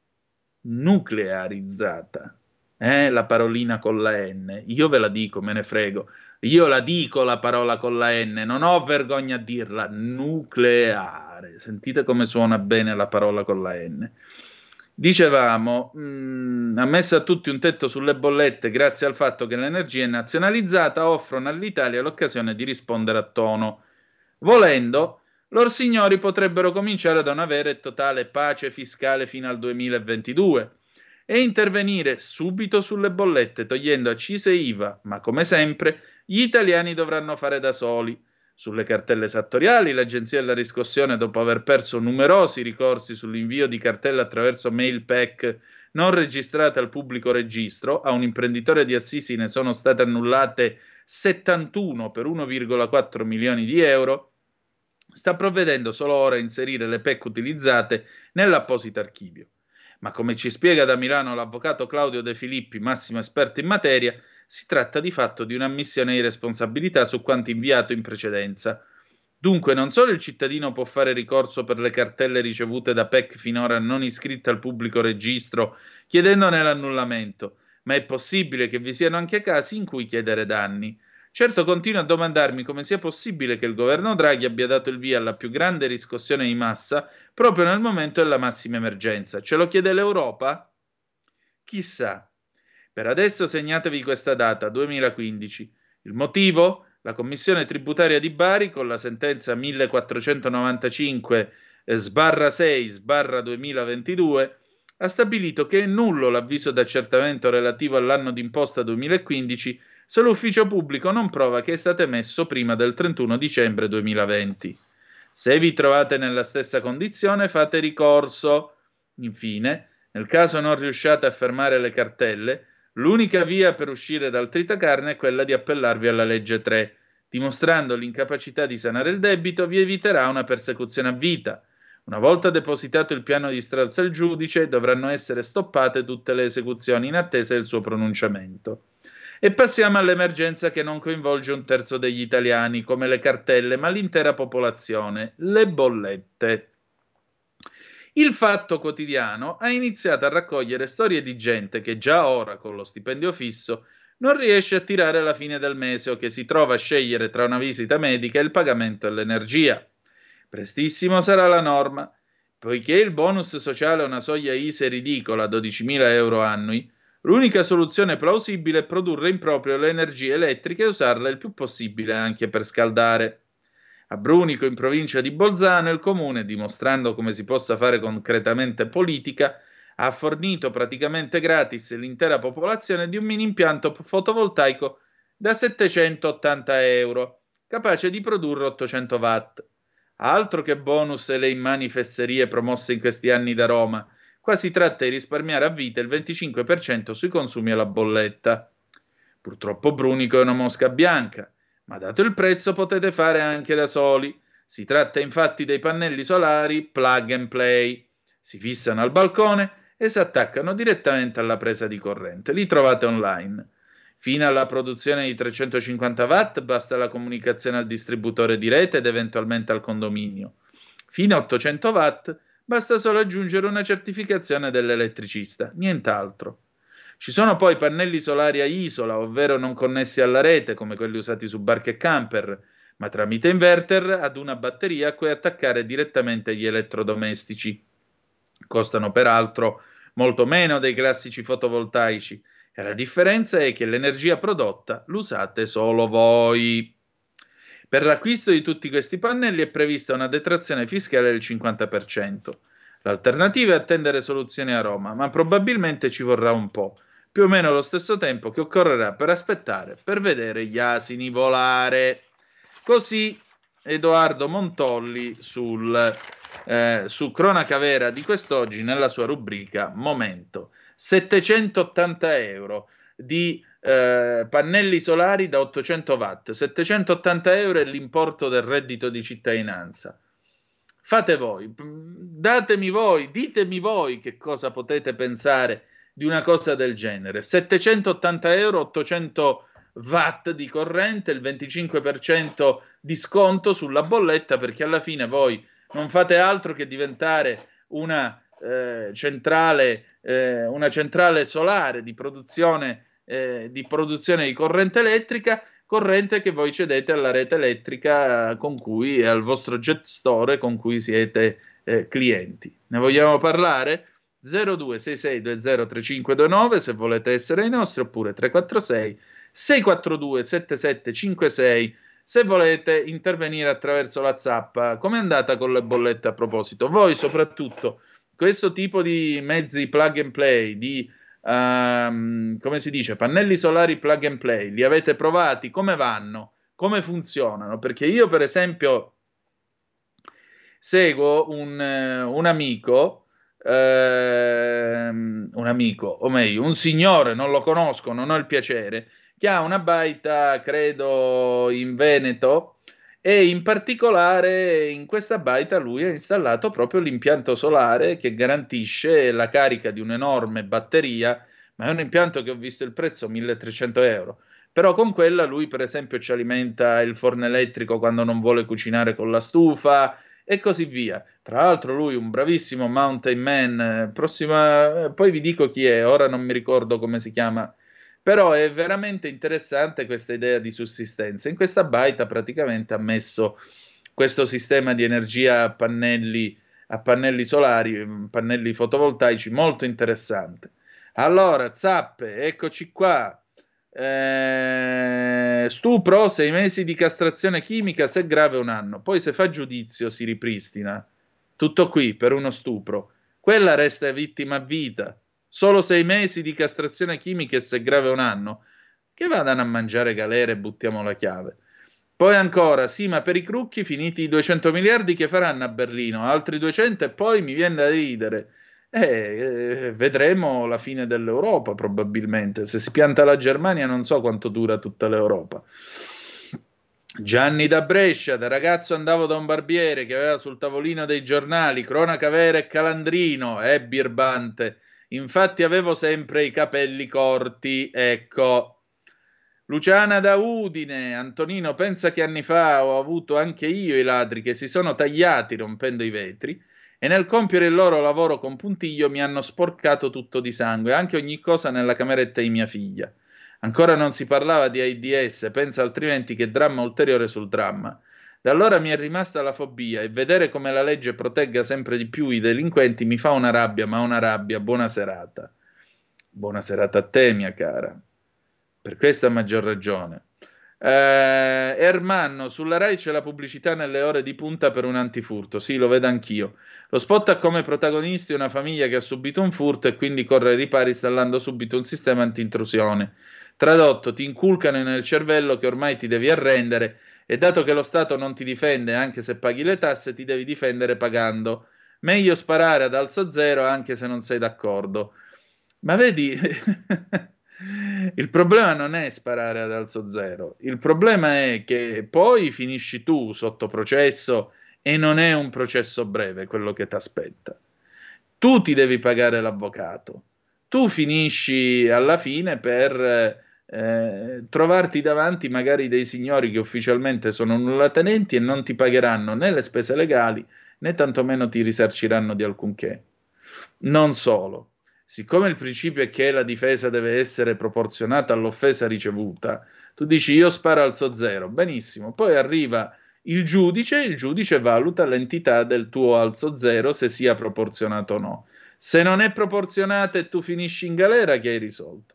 nuclearizzata. Eh, la parolina con la N, io ve la dico, me ne frego, io la dico la parola con la N, non ho vergogna a dirla, nucleare, sentite come suona bene la parola con la N. Dicevamo, mh, ha messo a tutti un tetto sulle bollette grazie al fatto che l'energia è nazionalizzata, offrono all'Italia l'occasione di rispondere a tono. Volendo, lor signori potrebbero cominciare da una vera e totale pace fiscale fino al duemilaventidue, e intervenire subito sulle bollette, togliendo accise e I V A, ma come sempre gli italiani dovranno fare da soli. Sulle cartelle esattoriali, l'Agenzia della Riscossione, dopo aver perso numerosi ricorsi sull'invio di cartelle attraverso mail P E C non registrate al pubblico registro, a un imprenditore di Assisi ne sono state annullate settantuno per uno virgola quattro milioni di euro, sta provvedendo solo ora a inserire le P E C utilizzate nell'apposito archivio. Ma come ci spiega da Milano l'avvocato Claudio De Filippi, massimo esperto in materia, si tratta di fatto di un'ammissione di responsabilità su quanto inviato in precedenza. Dunque non solo il cittadino può fare ricorso per le cartelle ricevute da P E C finora non iscritte al pubblico registro chiedendone l'annullamento, ma è possibile che vi siano anche casi in cui chiedere danni. Certo, continuo a domandarmi come sia possibile che il governo Draghi abbia dato il via alla più grande riscossione di massa proprio nel momento della massima emergenza. Ce lo chiede l'Europa? Chissà. Per adesso segnatevi questa data, duemilaquindici. Il motivo? La Commissione tributaria di Bari, con la sentenza millequattrocentonovantacinque sbarra sei sbarra duemilaventidue, ha stabilito che è nullo l'avviso d'accertamento relativo all'anno d'imposta duemilaquindici se l'ufficio pubblico non prova che è stato emesso prima del trentuno dicembre duemilaventi. Se vi trovate nella stessa condizione, fate ricorso. Infine, nel caso non riusciate a fermare le cartelle, l'unica via per uscire dal tritacarne è quella di appellarvi alla legge tre. Dimostrando l'incapacità di sanare il debito, vi eviterà una persecuzione a vita. Una volta depositato il piano di stralcio al giudice, dovranno essere stoppate tutte le esecuzioni in attesa del suo pronunciamento. E passiamo all'emergenza che non coinvolge un terzo degli italiani, come le cartelle, ma l'intera popolazione, le bollette. Il Fatto Quotidiano ha iniziato a raccogliere storie di gente che già ora, con lo stipendio fisso, non riesce a tirare la fine del mese o che si trova a scegliere tra una visita medica e il pagamento dell'energia. Prestissimo sarà la norma. Poiché il bonus sociale ha una soglia I S E E ridicola, dodicimila euro annui, l'unica soluzione plausibile è produrre in proprio le energie elettriche e usarle il più possibile anche per scaldare. A Brunico, in provincia di Bolzano, il comune, dimostrando come si possa fare concretamente politica, ha fornito praticamente gratis l'intera popolazione di un mini impianto fotovoltaico da settecentottanta euro, capace di produrre ottocento watt. Altro che bonus e le immani fesserie promosse in questi anni da Roma. Qua si tratta di risparmiare a vita il venticinque per cento sui consumi alla bolletta. Purtroppo Brunico è una mosca bianca, ma dato il prezzo potete fare anche da soli. Si tratta infatti dei pannelli solari plug and play. Si fissano al balcone e si attaccano direttamente alla presa di corrente. Li trovate online. Fino alla produzione di trecentocinquanta watt basta la comunicazione al distributore di rete ed eventualmente al condominio. Fino a ottocento watt basta solo aggiungere una certificazione dell'elettricista, nient'altro. Ci sono poi pannelli solari a isola, ovvero non connessi alla rete, come quelli usati su barche e camper, ma tramite inverter ad una batteria a cui attaccare direttamente gli elettrodomestici. Costano peraltro molto meno dei classici fotovoltaici, e la differenza è che l'energia prodotta l'usate solo voi. Per l'acquisto di tutti questi pannelli è prevista una detrazione fiscale del cinquanta per cento. L'alternativa è attendere soluzioni a Roma, ma probabilmente ci vorrà un po', più o meno lo stesso tempo che occorrerà per aspettare per vedere gli asini volare. Così Edoardo Montolli sul, eh, su Cronaca Vera di quest'oggi nella sua rubrica Momento. settecentottanta euro di eh, pannelli solari da ottocento watt. settecentottanta euro è l'importo del reddito di cittadinanza. Fate voi, datemi voi, ditemi voi che cosa potete pensare di una cosa del genere. settecentottanta euro, ottocento watt di corrente, il venticinque per cento di sconto sulla bolletta, perché alla fine voi non fate altro che diventare una eh, centrale, eh, una centrale solare di produzione, eh, di produzione di corrente elettrica, corrente che voi cedete alla rete elettrica con cui, al vostro gestore con cui siete eh, clienti. Ne vogliamo parlare? zero due sei sei due zero tre cinque due nove se volete essere i nostri, oppure tre quattro sei sei quattro due sette sette cinque sei se volete intervenire attraverso la zappa. Com'è andata con le bollette a proposito? Voi soprattutto questo tipo di mezzi plug and play, di um, come si dice, pannelli solari plug and play, li avete provati? Come vanno? Come funzionano? Perché io per esempio seguo un, un amico Ehm, un amico, o meglio, un signore, non lo conosco, non ho il piacere, che ha una baita, credo, in Veneto, e in particolare in questa baita lui ha installato proprio l'impianto solare che garantisce la carica di un'enorme batteria, ma è un impianto che ho visto il prezzo milletrecento euro. Però con quella lui per esempio ci alimenta il forno elettrico quando non vuole cucinare con la stufa, e così via. Tra l'altro lui un bravissimo mountain man, prossima, poi vi dico chi è, ora non mi ricordo come si chiama, però è veramente interessante questa idea di sussistenza. In questa baita praticamente ha messo questo sistema di energia a pannelli, a pannelli solari, pannelli fotovoltaici, molto interessante. Allora, zappe, eccoci qua. Eh, stupro, sei mesi di castrazione chimica, se grave un anno. Poi se fa giudizio si ripristina. Tutto qui per uno stupro. Quella resta vittima a vita. Solo sei mesi di castrazione chimica e se grave un anno. Che vadano a mangiare galere e buttiamo la chiave. Poi ancora, sì, ma per i crucchi finiti i duecento miliardi che faranno a Berlino, altri duecento e poi mi viene da ridere. Eh, eh, vedremo la fine dell'Europa probabilmente. Se si pianta la Germania non so quanto dura tutta l'Europa. Gianni da Brescia, da ragazzo andavo da un barbiere che aveva sul tavolino dei giornali cronaca vera e calandrino, è birbante. Infatti avevo sempre i capelli corti, ecco. Luciana da Udine, Antonino, pensa che anni fa ho avuto anche io i ladri che si sono tagliati rompendo i vetri e nel compiere il loro lavoro con puntiglio mi hanno sporcato tutto di sangue, anche ogni cosa nella cameretta di mia figlia. Ancora non si parlava di AIDS, pensa altrimenti che dramma ulteriore sul dramma. Da allora mi è rimasta la fobia e vedere come la legge protegga sempre di più i delinquenti mi fa una rabbia, ma una rabbia. Buona serata. Buona serata a te, mia cara. Per questo a maggior ragione. Eh, Ermanno, sulla Rai c'è la pubblicità nelle ore di punta per un antifurto. Sì, lo vedo anch'io. Lo spot ha come protagonisti una famiglia che ha subito un furto e quindi corre ai ripari installando subito un sistema anti-intrusione. Tradotto, ti inculcano nel cervello che ormai ti devi arrendere e dato che lo Stato non ti difende anche se paghi le tasse, ti devi difendere pagando. Meglio sparare ad alzo zero anche se non sei d'accordo. Ma vedi... Il problema non è sparare ad alzo zero, il problema è che poi finisci tu sotto processo e non è un processo breve quello che ti aspetta. Tu ti devi pagare l'avvocato, tu finisci alla fine per eh, trovarti davanti magari dei signori che ufficialmente sono nullatenenti e non ti pagheranno né le spese legali né tantomeno ti risarciranno di alcunché. Non solo. Siccome il principio è che la difesa deve essere proporzionata all'offesa ricevuta, tu dici io sparo alzo zero, benissimo, poi arriva il giudice, il giudice valuta l'entità del tuo alzo zero se sia proporzionato o no. Se non è proporzionata e tu finisci in galera, che hai risolto?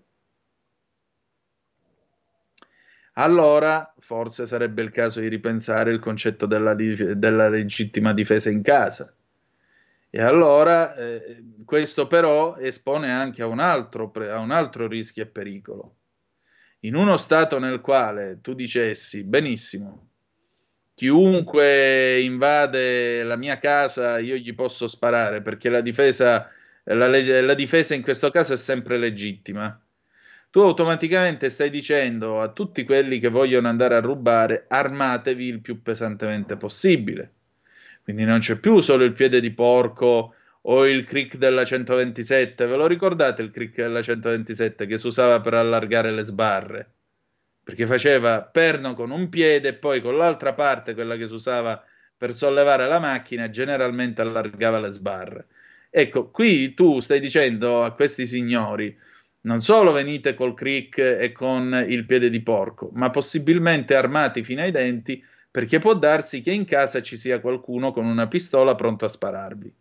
Allora forse sarebbe il caso di ripensare il concetto della, della legittima difesa in casa. E allora eh, questo però espone anche a un, altro, a un altro rischio e pericolo. In uno stato nel quale tu dicessi, benissimo, chiunque invade la mia casa io gli posso sparare perché la difesa, la, legge, la difesa in questo caso è sempre legittima, tu automaticamente stai dicendo a tutti quelli che vogliono andare a rubare armatevi il più pesantemente possibile. Quindi non c'è più solo il piede di porco o il crick della centoventisette. Ve lo ricordate il crick della centoventisette che si usava per allargare le sbarre? Perché faceva perno con un piede e poi con l'altra parte, quella che si usava per sollevare la macchina, generalmente allargava le sbarre. Ecco, qui tu stai dicendo a questi signori non solo venite col crick e con il piede di porco, ma possibilmente armati fino ai denti, perché può darsi che in casa ci sia qualcuno con una pistola pronto a spararvi.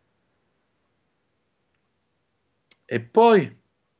E poi?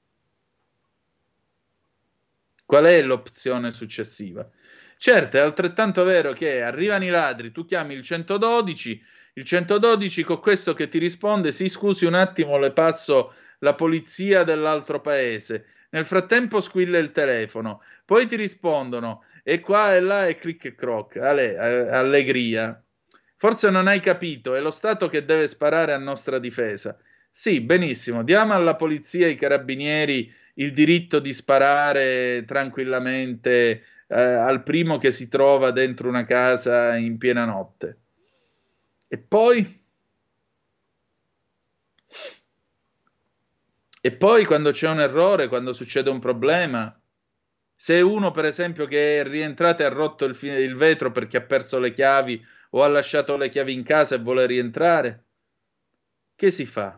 Qual è l'opzione successiva? Certo, è altrettanto vero che arrivano i ladri, tu chiami il centododici, il centododici con questo che ti risponde, sì scusi un attimo, le passo la polizia dell'altro paese. Nel frattempo squilla il telefono, poi ti rispondono, e qua e là è cric e croc, Ale, allegria. Forse non hai capito, è lo Stato che deve sparare a nostra difesa. Sì, benissimo, diamo alla polizia e ai carabinieri il diritto di sparare tranquillamente eh, al primo che si trova dentro una casa in piena notte. E poi? E poi quando c'è un errore, quando succede un problema, se uno per esempio che è rientrato e ha rotto il, il vetro perché ha perso le chiavi o ha lasciato le chiavi in casa e vuole rientrare, che si fa?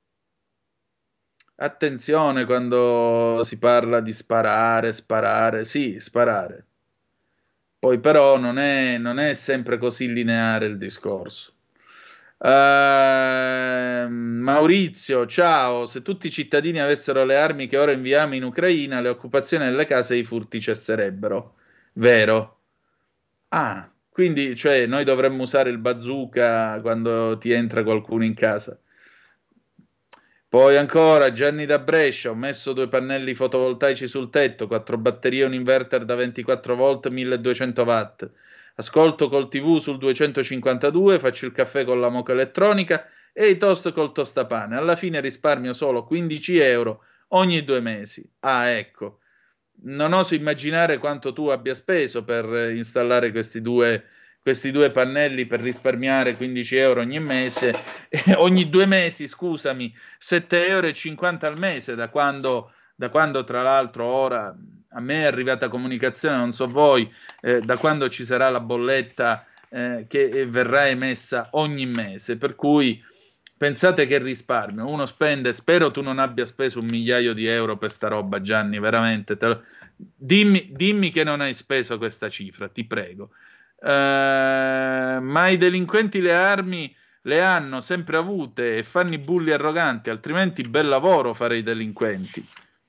Attenzione quando si parla di sparare, sparare, sì, sparare. Poi però non è, non è sempre così lineare il discorso. Uh, Maurizio, ciao. Se tutti i cittadini avessero le armi che ora inviamo in Ucraina, le occupazioni delle case e i furti cesserebbero. Vero? Ah, quindi cioè noi dovremmo usare il bazooka quando ti entra qualcuno in casa. Poi ancora Gianni da Brescia, ho messo due pannelli fotovoltaici sul tetto, quattro batterie, un inverter da ventiquattro volt, milleduecento watt. Ascolto col tivù sul duecentocinquantadue, faccio il caffè con la moca elettronica e i toast col tostapane. Alla fine risparmio solo quindici euro ogni due mesi. Ah, ecco. Non oso immaginare quanto tu abbia speso per installare questi due, questi due pannelli per risparmiare quindici euro ogni mese, eh, ogni due mesi, scusami, sette euro e cinquanta al mese, da quando, da quando tra l'altro ora a me è arrivata comunicazione, non so voi, eh, da quando ci sarà la bolletta eh, che verrà emessa ogni mese, per cui pensate che risparmio, uno spende, spero tu non abbia speso un migliaio di euro per sta roba, Gianni, veramente, te lo... dimmi, dimmi che non hai speso questa cifra, ti prego. Uh, ma i delinquenti le armi le hanno sempre avute e fanno i bulli arroganti, altrimenti bel lavoro fare i delinquenti.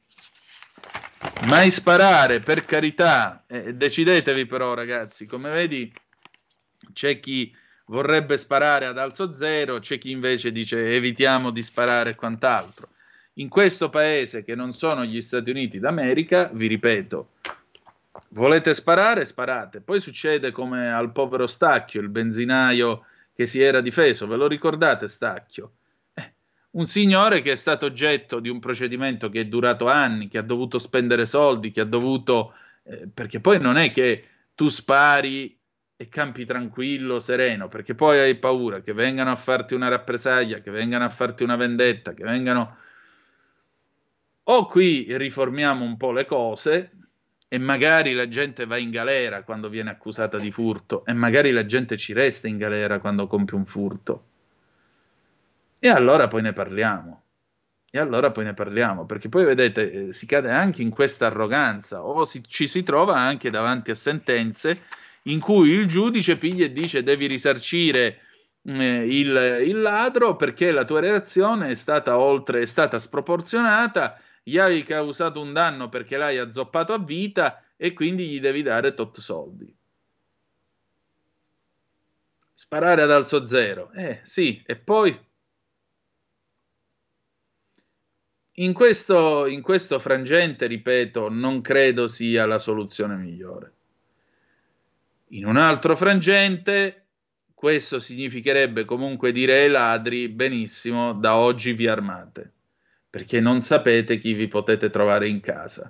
Mai sparare, per carità, eh, decidetevi però ragazzi, come vedi c'è chi vorrebbe sparare ad alzo zero, c'è chi invece dice evitiamo di sparare e quant'altro. In questo paese che non sono gli Stati Uniti d'America, vi ripeto, volete sparare, sparate. Poi succede come al povero Stacchio, il benzinaio che si era difeso, ve lo ricordate Stacchio? Eh, un signore che è stato oggetto di un procedimento che è durato anni, che ha dovuto spendere soldi, che ha dovuto... Eh, perché poi non è che tu spari e campi tranquillo, sereno, perché poi hai paura che vengano a farti una rappresaglia, che vengano a farti una vendetta, che vengano... O qui riformiamo un po' le cose e magari la gente va in galera quando viene accusata di furto e magari la gente ci resta in galera quando compie un furto. E allora poi ne parliamo. E allora poi ne parliamo, perché poi vedete, eh, si cade anche in questa arroganza o si, ci si trova anche davanti a sentenze in cui il giudice piglia e dice devi risarcire eh, il, il ladro perché la tua reazione è stata oltre, è stata sproporzionata, gli hai causato un danno perché l'hai azzoppato a vita e quindi gli devi dare tot soldi. Sparare ad alzo zero, eh sì, e poi in questo, in questo frangente, ripeto, non credo sia la soluzione migliore. In un altro frangente, questo significherebbe comunque dire ai ladri, benissimo, da oggi vi armate, perché non sapete chi vi potete trovare in casa.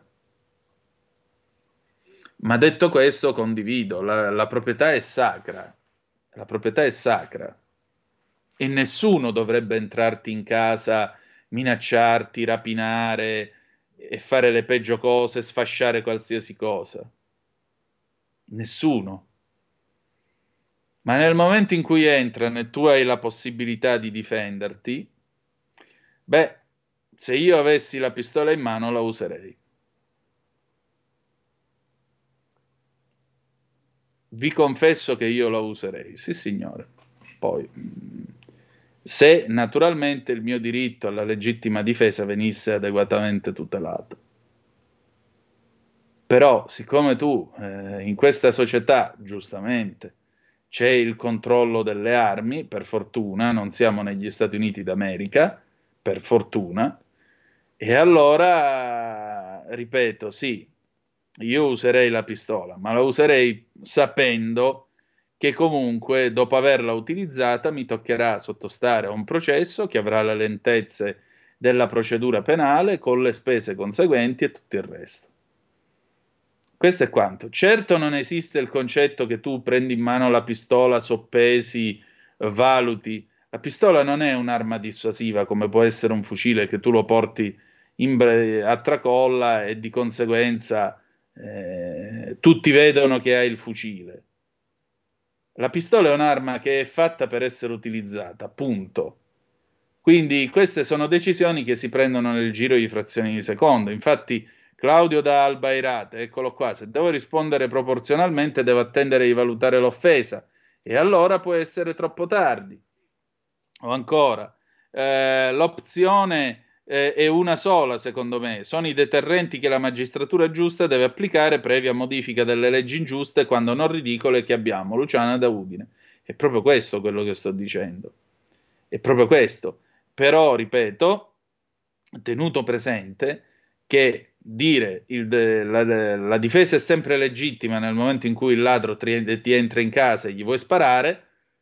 Ma detto questo, condivido, la, la proprietà è sacra, la proprietà è sacra e nessuno dovrebbe entrarti in casa, minacciarti, rapinare e fare le peggio cose, sfasciare qualsiasi cosa. Nessuno. Ma nel momento in cui entrano e tu hai la possibilità di difenderti, beh, se io avessi la pistola in mano la userei. Vi confesso che io la userei, sì signore. Poi, se naturalmente il mio diritto alla legittima difesa venisse adeguatamente tutelato. Però, siccome tu eh, in questa società, giustamente, c'è il controllo delle armi, per fortuna, non siamo negli Stati Uniti d'America, per fortuna, e allora, ripeto, sì, io userei la pistola, ma la userei sapendo che comunque dopo averla utilizzata mi toccherà sottostare a un processo che avrà le lentezze della procedura penale con le spese conseguenti e tutto il resto. Questo è quanto. Certo non esiste il concetto che tu prendi in mano la pistola, soppesi, valuti. La pistola non è un'arma dissuasiva come può essere un fucile che tu lo porti in bre- a tracolla e di conseguenza eh, tutti vedono che hai il fucile. La pistola è un'arma che è fatta per essere utilizzata, punto. Quindi queste sono decisioni che si prendono nel giro di frazioni di secondo. Infatti Claudio da Albairate, eccolo qua, se devo rispondere proporzionalmente devo attendere di valutare l'offesa e allora può essere troppo tardi. O ancora, eh, l'opzione eh, è una sola, secondo me, sono i deterrenti che la magistratura giusta deve applicare previa modifica delle leggi ingiuste quando non ridicole che abbiamo. Luciana da Udine. È proprio questo quello che sto dicendo. È proprio questo. Però, ripeto, tenuto presente che dire il, la, la difesa è sempre legittima nel momento in cui il ladro ti, ti entra in casa e gli vuoi sparare,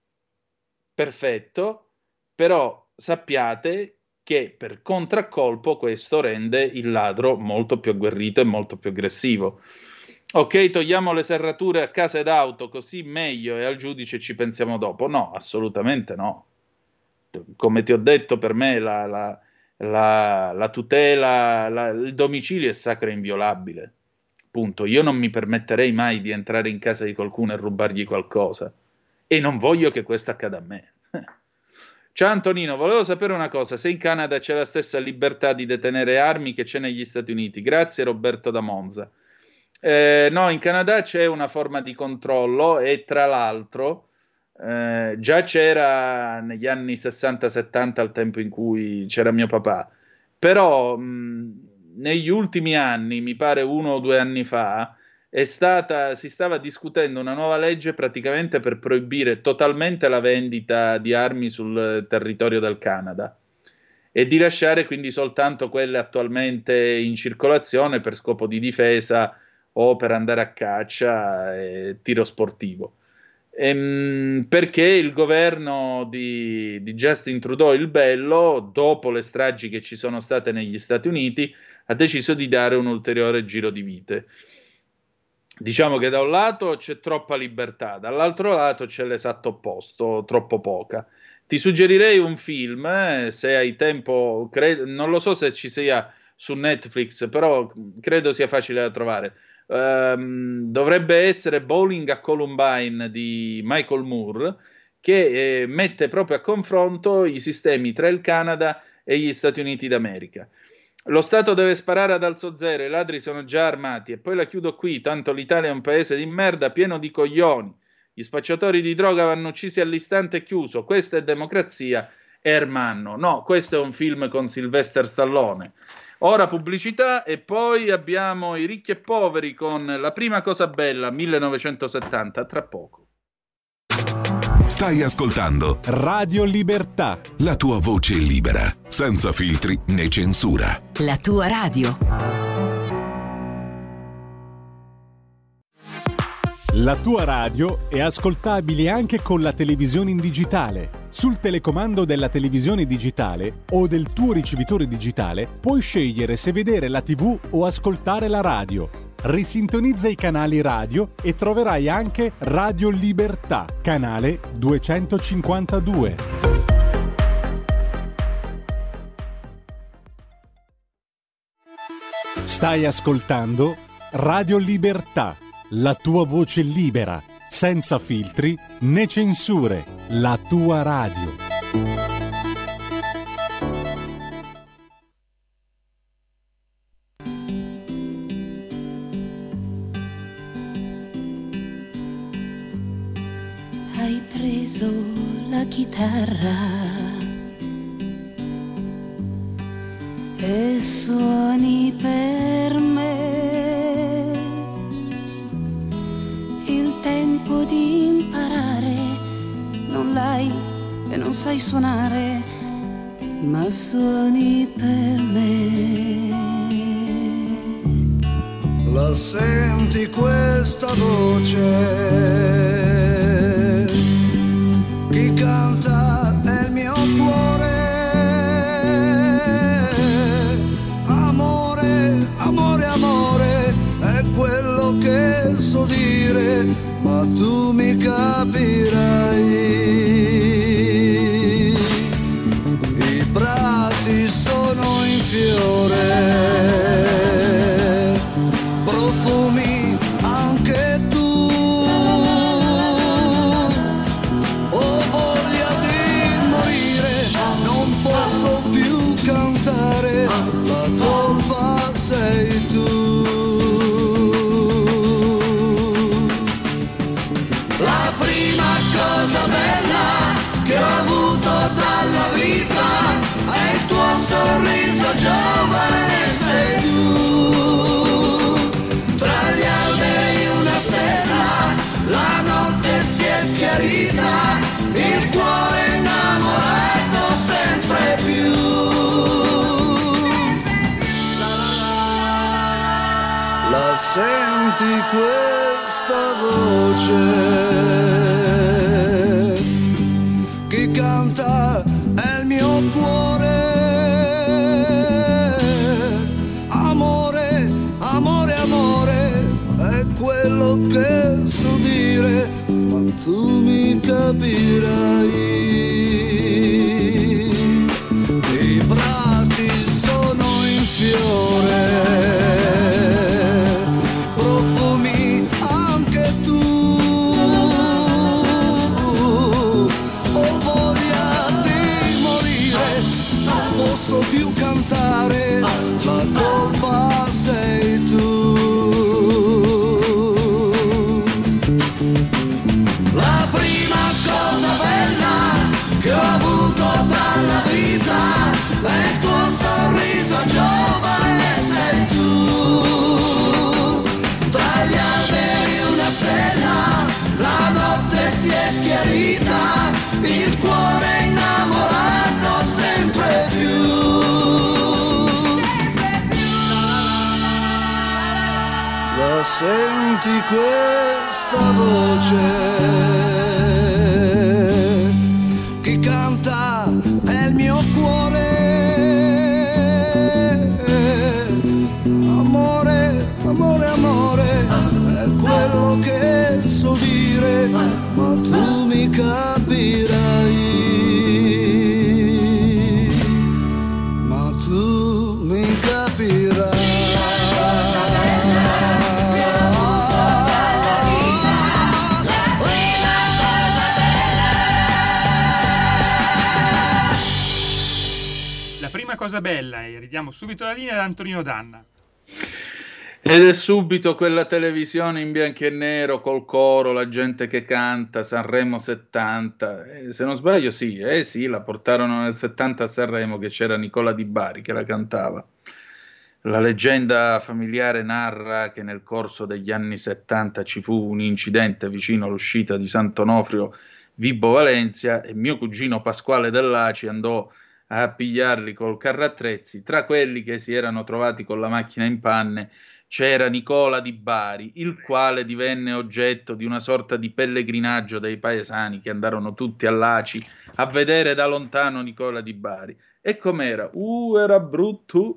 perfetto, però sappiate che per contraccolpo questo rende il ladro molto più agguerrito e molto più aggressivo. Ok, togliamo le serrature a casa ed auto, così meglio, e al giudice ci pensiamo dopo. No, assolutamente no. Come ti ho detto, per me la, la, la, la tutela, la, il domicilio è sacro e inviolabile. Punto. Io non mi permetterei mai di entrare in casa di qualcuno e rubargli qualcosa. E non voglio che questo accada a me. Ciao Antonino, volevo sapere una cosa, se in Canada c'è la stessa libertà di detenere armi che c'è negli Stati Uniti. Grazie Roberto da Monza. Eh, no, in Canada c'è una forma di controllo e tra l'altro eh, già c'era negli anni sessanta settanta, al tempo in cui c'era mio papà, però mh, negli ultimi anni, mi pare uno o due anni fa, è stata, si stava discutendo una nuova legge praticamente per proibire totalmente la vendita di armi sul territorio del Canada e di lasciare quindi soltanto quelle attualmente in circolazione per scopo di difesa o per andare a caccia e tiro sportivo. Ehm, perché il governo di, di Justin Trudeau il Bello, dopo le stragi che ci sono state negli Stati Uniti, ha deciso di dare un ulteriore giro di vite. Diciamo che da un lato c'è troppa libertà, dall'altro lato c'è l'esatto opposto, troppo poca. Ti suggerirei un film, eh, se hai tempo, cre- non lo so se ci sia su Netflix, però credo sia facile da trovare. Um, dovrebbe essere Bowling a Columbine di Michael Moore, che eh, mette proprio a confronto i sistemi tra il Canada e gli Stati Uniti d'America. Lo Stato deve sparare ad alzo zero, i ladri sono già armati. E poi la chiudo qui, tanto l'Italia è un paese di merda pieno di coglioni. Gli spacciatori di droga vanno uccisi all'istante chiuso. Questa è democrazia, Ermanno. No, questo è un film con Sylvester Stallone. Ora pubblicità e poi abbiamo I ricchi e poveri con La prima cosa bella, millenovecentosettanta, tra poco. Stai ascoltando Radio Libertà, la tua voce libera, senza filtri né censura. La tua radio. La tua radio è ascoltabile anche con la televisione in digitale. Sul telecomando della televisione digitale o del tuo ricevitore digitale puoi scegliere se vedere la tivù o ascoltare la radio. Risintonizza i canali radio e troverai anche Radio Libertà, canale duecentocinquantadue. Stai ascoltando Radio Libertà, la tua voce libera, senza filtri né censure, la tua radio. Hai preso la chitarra e suoni per me. Il tempo di imparare non l'hai e non sai suonare, ma suoni per me. La senti questa voce? Chi canta è il mio cuore. Amore, amore, amore, è quello che so dire, ma tu mi capirai. I prati sono in fiore, profumi anche tu. Ho voglia di morire, non posso più cantare, la colpa sei tu. La prima cosa bella giovane sei tu, tra gli alberi una stella, la notte si è schiarita, il cuore innamorato sempre più. La senti questa voce? Chi canta è il mio cuore. Amore, amore, amore, è quello che so dire, ma tu mi capirai. I prati sono in fiore, profumi anche tu. Ho voglia di morire, non posso più cantare, la colpa sei tu. La prima cosa bella che ho avuto dalla vita è il tuo sorriso, giovane sei tu. Tra gli alberi una stella, la notte si è schiarita, il cuore innamorato sempre più. La senti questa voce? Chi canta è il mio cuore. Amore, amore, amore, è quello che so dire, ma tu mi capirai. Ma tu mi capirai. Prima cosa bella, e ridiamo subito la linea ad Antonino Danna. Ed è subito quella televisione in bianco e nero col coro, la gente che canta, Sanremo settanta, eh, se non sbaglio sì, eh sì, la portarono nel settanta a Sanremo, che c'era Nicola Di Bari che la cantava. La leggenda familiare narra che nel corso degli anni settanta ci fu un incidente vicino all'uscita di Sant'Onofrio Vibo Valencia e mio cugino Pasquale Dell'Aci andò a pigliarli col carrattrezzi. Tra quelli che si erano trovati con la macchina in panne c'era Nicola Di Bari, il quale divenne oggetto di una sorta di pellegrinaggio dei paesani che andarono tutti all'Aci a vedere da lontano Nicola Di Bari. E com'era? Uh, era brutto!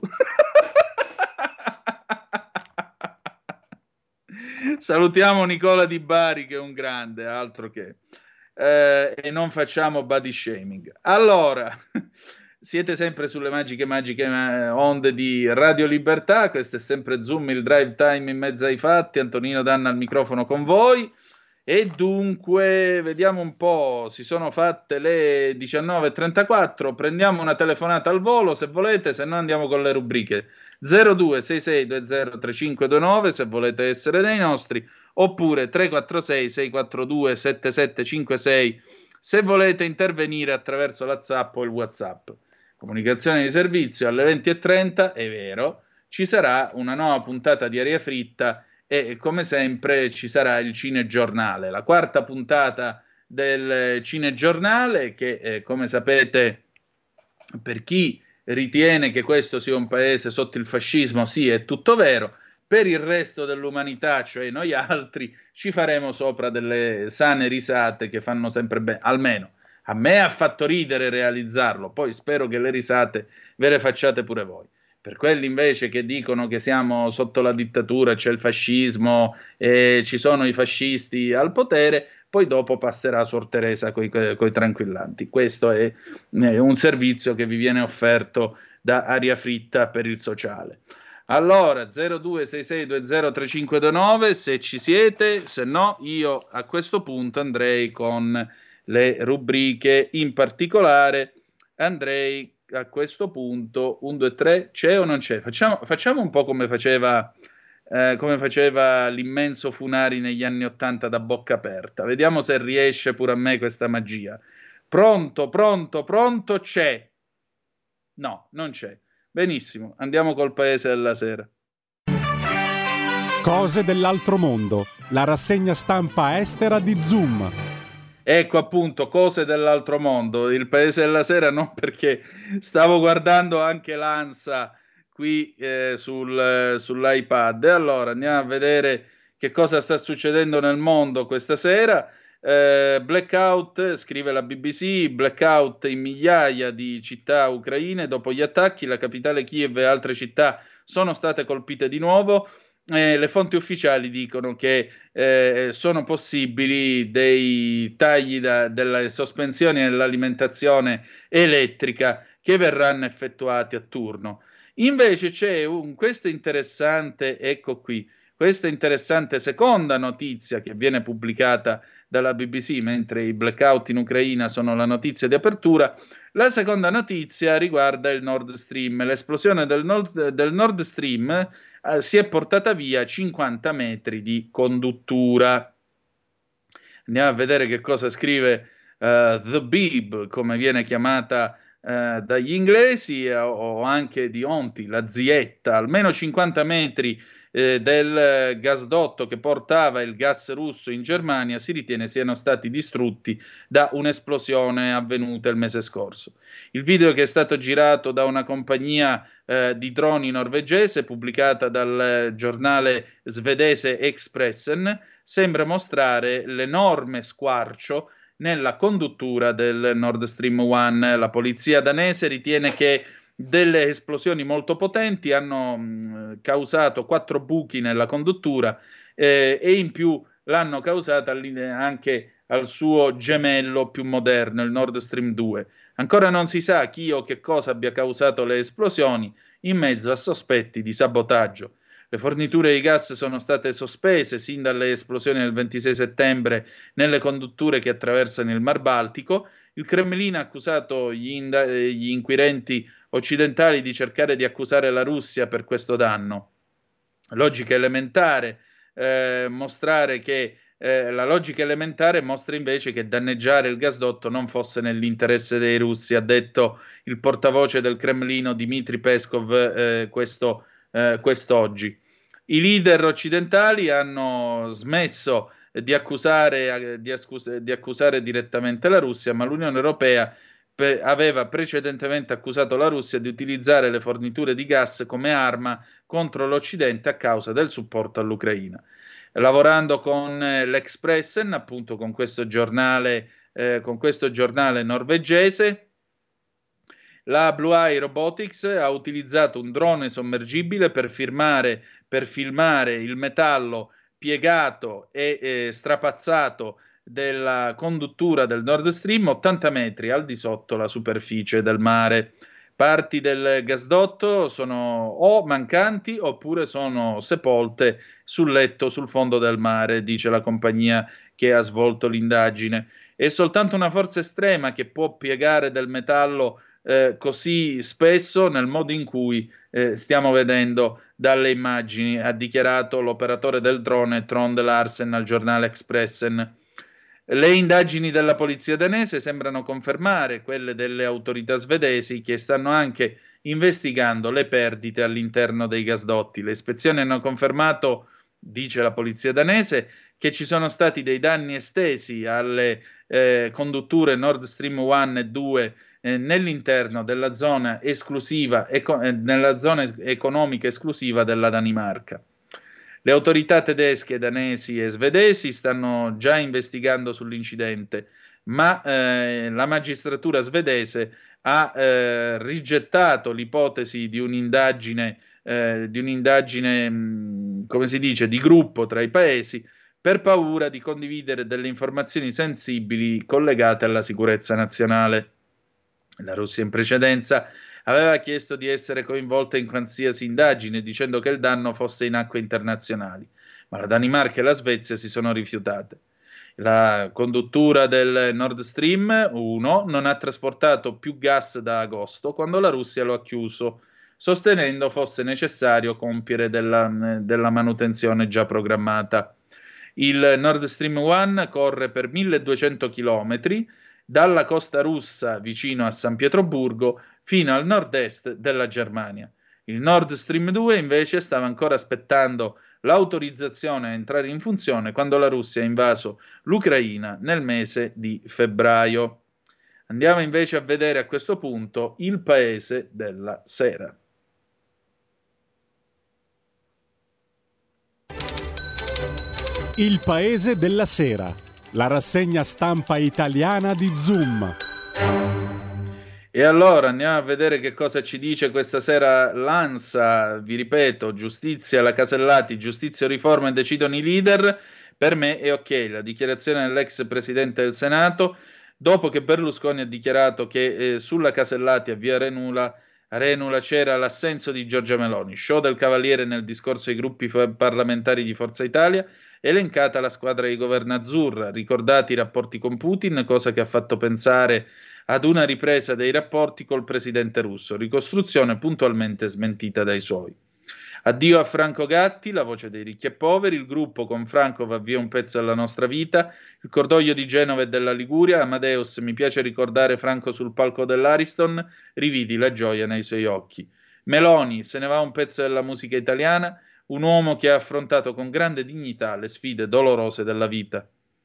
Salutiamo Nicola Di Bari, che è un grande, altro che... Eh, e non facciamo body shaming. Allora, siete sempre sulle magiche magiche onde di Radio Libertà, questo è sempre Zoom, il drive time in mezzo ai fatti, Antonino Danna al microfono con voi, e dunque vediamo un po', si sono fatte le diciannove e trentaquattro, prendiamo una telefonata al volo se volete, se no andiamo con le rubriche. Zero due sei sei due zero tre cinque due nove se volete essere dei nostri, oppure tre quattro sei sei quattro due sette sette cinque sei se volete intervenire attraverso la Zap o il WhatsApp. Comunicazione di servizio alle venti e trenta, è vero, ci sarà una nuova puntata di Aria Fritta e come sempre ci sarà il Cinegiornale, la quarta puntata del Cinegiornale che eh, come sapete, per chi ritiene che questo sia un paese sotto il fascismo, sì, è tutto vero. Per il resto dell'umanità, cioè noi altri, ci faremo sopra delle sane risate che fanno sempre bene, almeno a me ha fatto ridere realizzarlo, poi spero che le risate ve le facciate pure voi. Per quelli invece che dicono che siamo sotto la dittatura, c'è il fascismo e ci sono i fascisti al potere, poi dopo passerà Suor Teresa coi, coi tranquillanti. Questo è, è un servizio che vi viene offerto da Aria Fritta per il sociale. Allora, zero due sei sei due zero tre cinque due nove se ci siete, se no io a questo punto andrei con le rubriche, in particolare andrei a questo punto, uno, due, tre, c'è o non c'è? Facciamo, facciamo un po' come faceva, eh, come faceva l'immenso Funari negli anni Ottanta da bocca aperta, vediamo se riesce pure a me questa magia. Pronto, pronto, pronto, c'è? No, non c'è. Benissimo, andiamo col Paese della Sera. Cose dell'altro mondo, la rassegna stampa estera di Zoom. Ecco appunto, cose dell'altro mondo, il Paese della Sera, non perché stavo guardando anche l'ANSA qui eh, sul, sull'iPad. E allora andiamo a vedere che cosa sta succedendo nel mondo questa sera. Eh, blackout, scrive la B B C, blackout in migliaia di città ucraine dopo gli attacchi, la capitale Kiev e altre città sono state colpite di nuovo. Eh, le fonti ufficiali dicono che eh, sono possibili dei tagli da, delle sospensioni dell'alimentazione elettrica che verranno effettuati a turno. Invece c'è un, questa interessante, ecco qui, questa interessante seconda notizia che viene pubblicata dalla B B C, mentre i blackout in Ucraina sono la notizia di apertura. La seconda notizia riguarda il Nord Stream. L'esplosione del Nord, del Nord Stream eh, si è portata via cinquanta metri di conduttura. Andiamo a vedere che cosa scrive uh, The Beeb, come viene chiamata uh, dagli inglesi, o, o anche di Onti, la zietta. Almeno cinquanta metri eh, del gasdotto che portava il gas russo in Germania si ritiene siano stati distrutti da un'esplosione avvenuta il mese scorso. Il video, che è stato girato da una compagnia eh, di droni norvegese, pubblicata dal giornale svedese Expressen, sembra mostrare l'enorme squarcio nella conduttura del Nord Stream uno. La polizia danese ritiene che delle esplosioni molto potenti hanno mh, causato quattro buchi nella conduttura eh, e in più l'hanno causata anche al suo gemello più moderno, il Nord Stream due. Ancora non si sa chi o che cosa abbia causato le esplosioni, in mezzo a sospetti di sabotaggio. Le forniture di gas sono state sospese sin dalle esplosioni del ventisei settembre nelle condutture che attraversano il Mar Baltico. Il Cremlino ha accusato gli, inda- gli inquirenti occidentali di cercare di accusare la Russia per questo danno. Logica elementare, eh, mostrare che eh, la logica elementare mostra invece che danneggiare il gasdotto non fosse nell'interesse dei russi, ha detto il portavoce del Cremlino Dmitry Peskov eh, questo Eh, quest'oggi. I leader occidentali hanno smesso di accusare, di, accus- di accusare direttamente la Russia, ma l'Unione Europea pe- aveva precedentemente accusato la Russia di utilizzare le forniture di gas come arma contro l'Occidente a causa del supporto all'Ucraina. Lavorando con eh, l'Expressen, appunto con questo giornale, eh, con questo giornale norvegese, la Blue Eye Robotics ha utilizzato un drone sommergibile per, firmare, per filmare il metallo piegato e eh, strapazzato della conduttura del Nord Stream ottanta metri al di sotto la superficie del mare. Parti del gasdotto sono o mancanti oppure sono sepolte sul letto sul fondo del mare, dice la compagnia che ha svolto l'indagine. È soltanto una forza estrema che può piegare del metallo Eh, così spesso nel modo in cui eh, stiamo vedendo dalle immagini, ha dichiarato l'operatore del drone Trond Larsen al giornale Expressen. Le indagini della polizia danese sembrano confermare quelle delle autorità svedesi, che stanno anche investigando le perdite all'interno dei gasdotti. Le ispezioni hanno confermato, dice la polizia danese, che ci sono stati dei danni estesi alle eh, condutture Nord Stream uno e due eh, nell'interno della zona esclusiva, eco- eh, nella zona economica esclusiva della Danimarca. Le autorità tedesche, danesi e svedesi stanno già investigando sull'incidente, ma eh, la magistratura svedese ha eh, rigettato l'ipotesi di un'indagine, eh, di un'indagine, mh, come si dice, di gruppo tra i paesi, per paura di condividere delle informazioni sensibili collegate alla sicurezza nazionale. La Russia in precedenza aveva chiesto di essere coinvolta in qualsiasi indagine, dicendo che il danno fosse in acque internazionali, ma la Danimarca e la Svezia si sono rifiutate. La conduttura del Nord Stream uno non ha trasportato più gas da agosto, quando la Russia lo ha chiuso, sostenendo fosse necessario compiere della, della manutenzione già programmata. Il Nord Stream uno corre per milleduecento chilometri dalla costa russa vicino a San Pietroburgo fino al nord-est della Germania. Il Nord Stream due invece stava ancora aspettando l'autorizzazione a entrare in funzione quando la Russia ha invaso l'Ucraina nel mese di febbraio. Andiamo invece a vedere a questo punto il Paese della Sera. Il Paese della Sera, la rassegna stampa italiana di Zoom. E allora andiamo a vedere che cosa ci dice questa sera l'ANSA. Vi ripeto, giustizia, la Casellati, giustizia o riforma e decidono i leader. Per me è ok la dichiarazione dell'ex Presidente del Senato, dopo che Berlusconi ha dichiarato che eh, sulla Casellati a via Renula, a Renula c'era l'assenso di Giorgia Meloni. Show del Cavaliere nel discorso ai gruppi parlamentari di Forza Italia, elencata la squadra di governo azzurra, ricordati i rapporti con Putin, cosa che ha fatto pensare ad una ripresa dei rapporti col presidente russo, ricostruzione puntualmente smentita dai suoi. Addio a Franco Gatti, la voce dei ricchi e poveri, il gruppo con Franco va via un pezzo della nostra vita, il cordoglio di Genova e della Liguria, Amadeus, mi piace ricordare Franco sul palco dell'Ariston, rividi la gioia nei suoi occhi. Meloni, se ne va un pezzo della musica italiana, un uomo che ha affrontato con grande dignità le sfide dolorose della vita.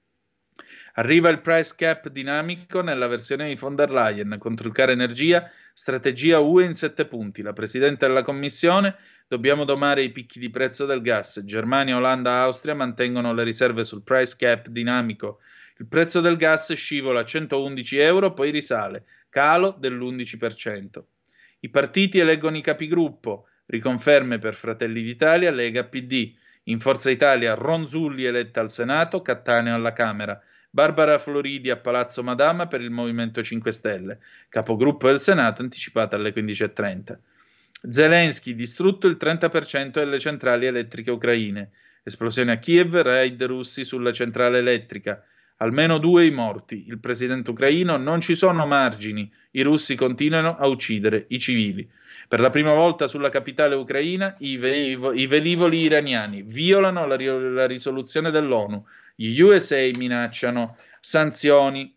Arriva il price cap dinamico nella versione di von der Leyen contro il caro energia, strategia U E in sette punti. La Presidente della Commissione, dobbiamo domare i picchi di prezzo del gas. Germania, Olanda, Austria mantengono le riserve sul price cap dinamico. Il prezzo del gas scivola a centoundici euro, poi risale, calo dell'undici per cento. I partiti eleggono i capigruppo, riconferme per Fratelli d'Italia, Lega, P D. In Forza Italia Ronzulli eletta al Senato, Cattaneo alla Camera. Barbara Floridi a Palazzo Madama per il Movimento cinque Stelle, capogruppo del Senato anticipata alle quindici e trenta. Zelensky, distrutto il trenta per cento delle centrali elettriche ucraine. Esplosione a Kiev, raid russi sulla centrale elettrica. Almeno due i morti. Il presidente ucraino, non ci sono margini. I russi continuano a uccidere i civili. Per la prima volta sulla capitale ucraina i, ve- i velivoli iraniani violano la, ri- la risoluzione dell'ONU. Gli U S A minacciano sanzioni.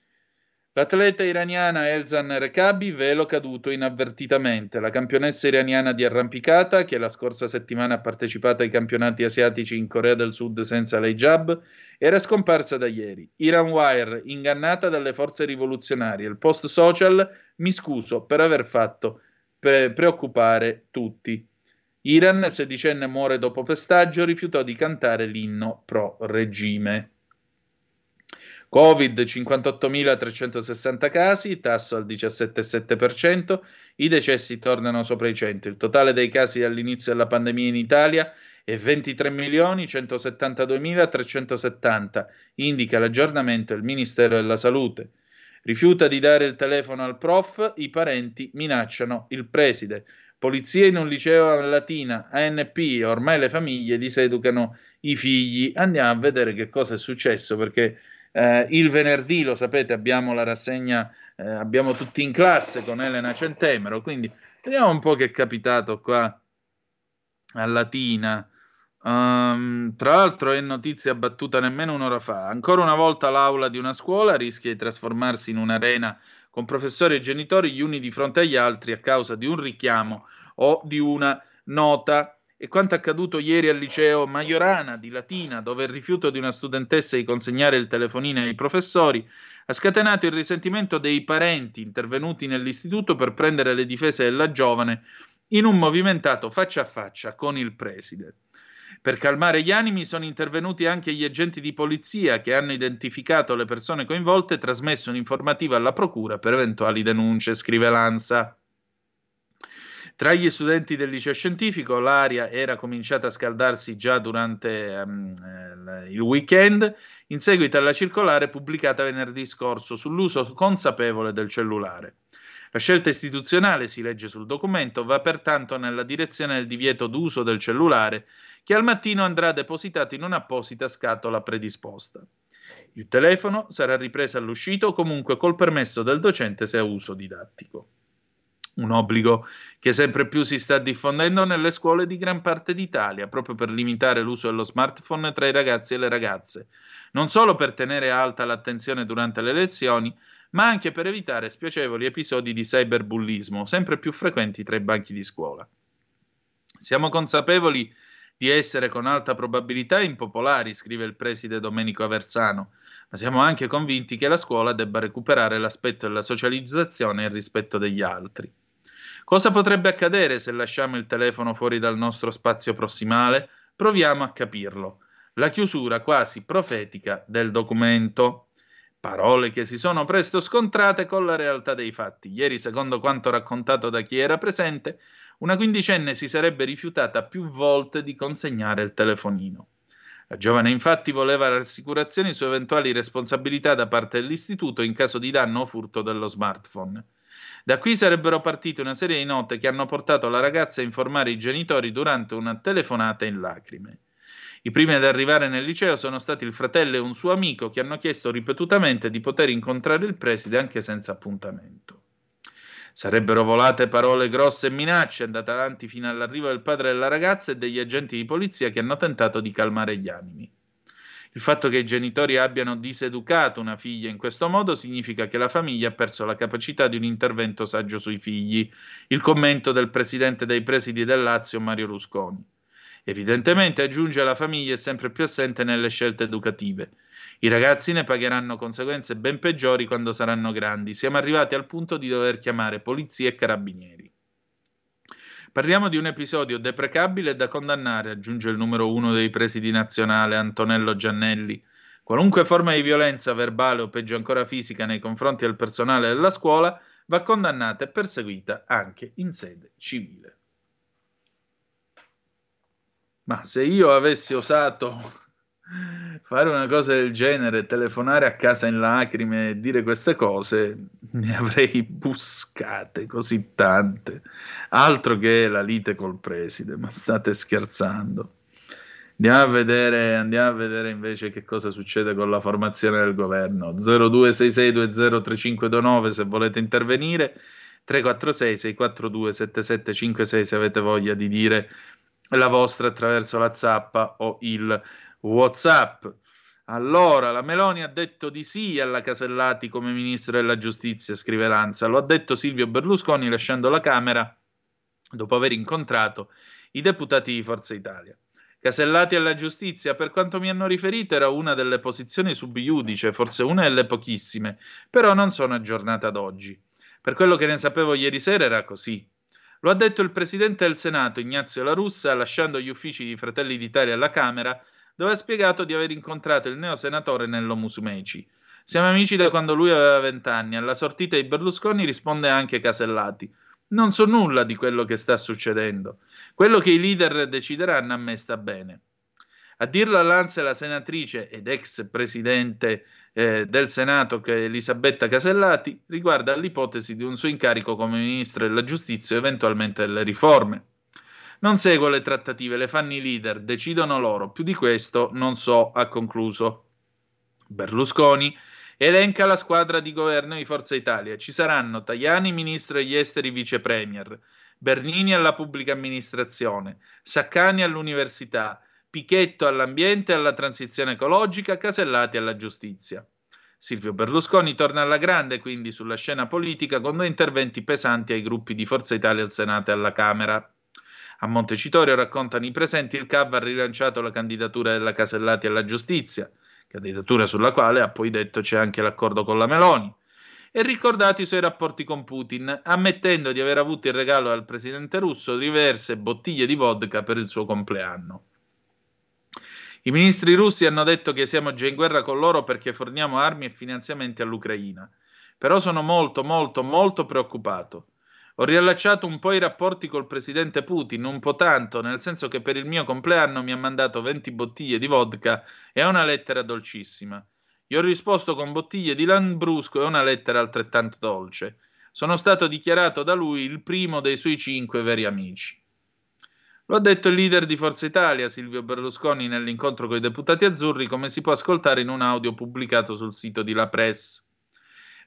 L'atleta iraniana Elzan Rekabi, velo caduto inavvertitamente. La campionessa iraniana di arrampicata, che la scorsa settimana ha partecipato ai campionati asiatici in Corea del Sud senza l'hijab, era scomparsa da ieri. Iran Wire, ingannata dalle forze rivoluzionarie. Il post social, mi scuso per aver fatto pre- preoccupare tutti. Iran, sedicenne, muore dopo pestaggio, rifiutò di cantare l'inno pro regime. Covid, cinquantottomilatrecentosessanta casi, tasso al diciassette virgola sette per cento, i decessi tornano sopra i cento. Il totale dei casi all'inizio della pandemia in Italia è ventitré milioni centosettantaduemilatrecentosettanta, indica l'aggiornamento del Ministero della Salute. Rifiuta di dare il telefono al prof, i parenti minacciano il preside. Polizia in un liceo a Latina, A N P, ormai le famiglie diseducano i figli. Andiamo a vedere che cosa è successo, perché eh, il venerdì, lo sapete, abbiamo la rassegna, eh, abbiamo tutti in classe con Elena Centemero, quindi vediamo un po' che è capitato qua a Latina. Um, tra l'altro è notizia battuta nemmeno un'ora fa. Ancora una volta l'aula di una scuola rischia di trasformarsi in un'arena con professori e genitori gli uni di fronte agli altri a causa di un richiamo o di una nota. E quanto accaduto ieri al liceo Majorana di Latina, dove il rifiuto di una studentessa di consegnare il telefonino ai professori ha scatenato il risentimento dei parenti intervenuti nell'istituto per prendere le difese della giovane in un movimentato faccia a faccia con il preside. Per calmare gli animi sono intervenuti anche gli agenti di polizia che hanno identificato le persone coinvolte e trasmesso un'informativa alla procura per eventuali denunce, scrive l'ANSA. Tra gli studenti del liceo scientifico l'aria era cominciata a scaldarsi già durante um, il weekend, in seguito alla circolare pubblicata venerdì scorso sull'uso consapevole del cellulare. La scelta istituzionale, si legge sul documento, va pertanto nella direzione del divieto d'uso del cellulare, che al mattino andrà depositato in un'apposita scatola predisposta. Il telefono sarà ripreso all'uscita o comunque col permesso del docente se a uso didattico. Un obbligo che sempre più si sta diffondendo nelle scuole di gran parte d'Italia, proprio per limitare l'uso dello smartphone tra i ragazzi e le ragazze, non solo per tenere alta l'attenzione durante le lezioni, ma anche per evitare spiacevoli episodi di cyberbullismo, sempre più frequenti tra i banchi di scuola. Siamo consapevoli di essere con alta probabilità impopolari, scrive il preside Domenico Aversano, ma siamo anche convinti che la scuola debba recuperare l'aspetto della socializzazione e il rispetto degli altri. Cosa potrebbe accadere se lasciamo il telefono fuori dal nostro spazio prossimale? Proviamo a capirlo. La chiusura quasi profetica del documento. Parole che si sono presto scontrate con la realtà dei fatti. Ieri, secondo quanto raccontato da chi era presente, una quindicenne si sarebbe rifiutata più volte di consegnare il telefonino. La giovane infatti voleva rassicurazioni su eventuali responsabilità da parte dell'istituto in caso di danno o furto dello smartphone. Da qui sarebbero partite una serie di note che hanno portato la ragazza a informare i genitori durante una telefonata in lacrime. I primi ad arrivare nel liceo sono stati il fratello e un suo amico che hanno chiesto ripetutamente di poter incontrare il preside anche senza appuntamento. Sarebbero volate parole grosse e minacce, andate avanti fino all'arrivo del padre della ragazza e degli agenti di polizia che hanno tentato di calmare gli animi. Il fatto che i genitori abbiano diseducato una figlia in questo modo significa che la famiglia ha perso la capacità di un intervento saggio sui figli, il commento del presidente dei presidi del Lazio Mario Rusconi. Evidentemente, aggiunge, la famiglia è sempre più assente nelle scelte educative. I ragazzi ne pagheranno conseguenze ben peggiori quando saranno grandi. Siamo arrivati al punto di dover chiamare polizia e carabinieri. Parliamo di un episodio deprecabile e da condannare, aggiunge il numero uno dei presidi nazionale, Antonello Giannelli. Qualunque forma di violenza verbale o peggio ancora fisica nei confronti del personale della scuola va condannata e perseguita anche in sede civile. Ma se io avessi osato fare una cosa del genere, telefonare a casa in lacrime e dire queste cose, ne avrei buscate così tante. Altro che la lite col preside, ma state scherzando. Andiamo a vedere, andiamo a vedere invece che cosa succede con la formazione del governo. zero due sei sei due zero tre cinque due nove se volete intervenire, tre quattro sei sei quattro due sette sette cinque sei se avete voglia di dire la vostra attraverso la zappa o il WhatsApp. Allora, la Meloni ha detto di sì alla Casellati come ministro della giustizia, scrive Lanza. Lo ha detto Silvio Berlusconi lasciando la Camera dopo aver incontrato i deputati di Forza Italia. Casellati alla giustizia, per quanto mi hanno riferito, era una delle posizioni sub iudice, forse una delle pochissime, però non sono aggiornata ad oggi. Per quello che ne sapevo ieri sera era così. Lo ha detto il presidente del Senato, Ignazio La Russa, lasciando gli uffici di Fratelli d'Italia alla Camera, dove ha spiegato di aver incontrato il neosenatore Nello Musumeci. Siamo amici da quando lui aveva vent'anni. Alla sortita di Berlusconi risponde anche Casellati. Non so nulla di quello che sta succedendo. Quello che i leader decideranno a me sta bene. A dirlo all'Ansa la senatrice ed ex presidente eh, del Senato che Elisabetta Casellati riguarda l'ipotesi di un suo incarico come ministro della giustizia e eventualmente delle riforme. Non seguo le trattative, le fanno i leader, decidono loro. Più di questo non so, ha concluso. Berlusconi elenca la squadra di governo di Forza Italia. Ci saranno Tajani, ministro degli esteri, vice premier, Bernini alla pubblica amministrazione, Saccani all'università, Pichetto all'ambiente e alla transizione ecologica, Casellati alla giustizia. Silvio Berlusconi torna alla grande quindi sulla scena politica con due interventi pesanti ai gruppi di Forza Italia al Senato e alla Camera. A Montecitorio, raccontano i presenti, il C A V ha rilanciato la candidatura della Casellati alla giustizia, candidatura sulla quale ha poi detto c'è anche l'accordo con la Meloni, e ricordato i suoi rapporti con Putin, ammettendo di aver avuto il regalo dal presidente russo di diverse bottiglie di vodka per il suo compleanno. I ministri russi hanno detto che siamo già in guerra con loro perché forniamo armi e finanziamenti all'Ucraina, però sono molto, molto, molto preoccupato. Ho riallacciato un po' i rapporti col presidente Putin, un po' tanto, nel senso che per il mio compleanno mi ha mandato venti bottiglie di vodka e una lettera dolcissima. Gli ho risposto con bottiglie di Lambrusco e una lettera altrettanto dolce. Sono stato dichiarato da lui il primo dei suoi cinque veri amici. Lo ha detto il leader di Forza Italia, Silvio Berlusconi, nell'incontro con i deputati azzurri, come si può ascoltare in un audio pubblicato sul sito di La Presse.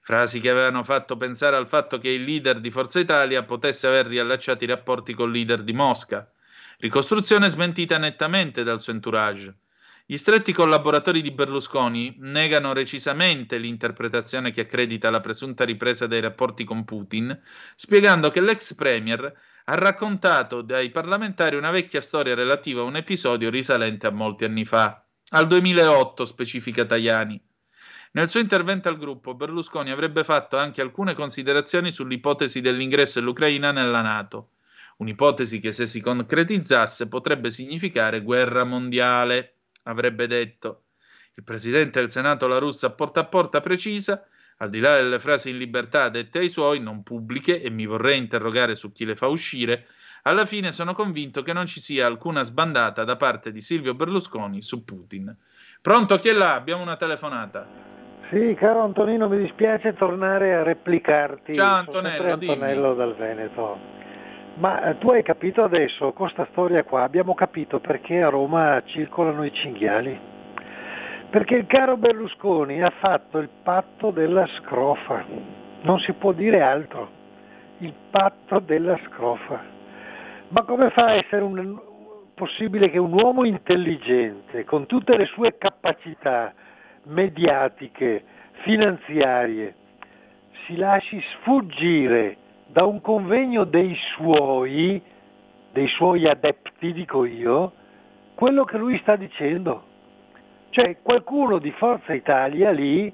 Frasi che avevano fatto pensare al fatto che il leader di Forza Italia potesse aver riallacciato i rapporti col leader di Mosca. Ricostruzione smentita nettamente dal suo entourage. Gli stretti collaboratori di Berlusconi negano recisamente l'interpretazione che accredita la presunta ripresa dei rapporti con Putin, spiegando che l'ex premier ha raccontato dai parlamentari una vecchia storia relativa a un episodio risalente a molti anni fa, al duemilaotto, specifica Tajani. Nel suo intervento al gruppo, Berlusconi avrebbe fatto anche alcune considerazioni sull'ipotesi dell'ingresso dell'Ucraina nella NATO, un'ipotesi che se si concretizzasse potrebbe significare guerra mondiale, avrebbe detto. Il presidente del Senato La Russa a porta a porta precisa, al di là delle frasi in libertà dette ai suoi, non pubbliche, e mi vorrei interrogare su chi le fa uscire, alla fine sono convinto che non ci sia alcuna sbandata da parte di Silvio Berlusconi su Putin. Pronto, chi è là? Abbiamo una telefonata. Sì, caro Antonino, mi dispiace tornare a replicarti. Ciao Antonello, Antonello dal Veneto. Ma eh, tu hai capito adesso, con sta storia qua, abbiamo capito perché a Roma circolano i cinghiali. Perché il caro Berlusconi ha fatto il patto della scrofa. Non si può dire altro. Il patto della scrofa. Ma come fa a essere un, possibile che un uomo intelligente, con tutte le sue capacità mediatiche, finanziarie, si lasci sfuggire da un convegno dei suoi, dei suoi adepti, dico io, quello che lui sta dicendo? Cioè qualcuno di Forza Italia lì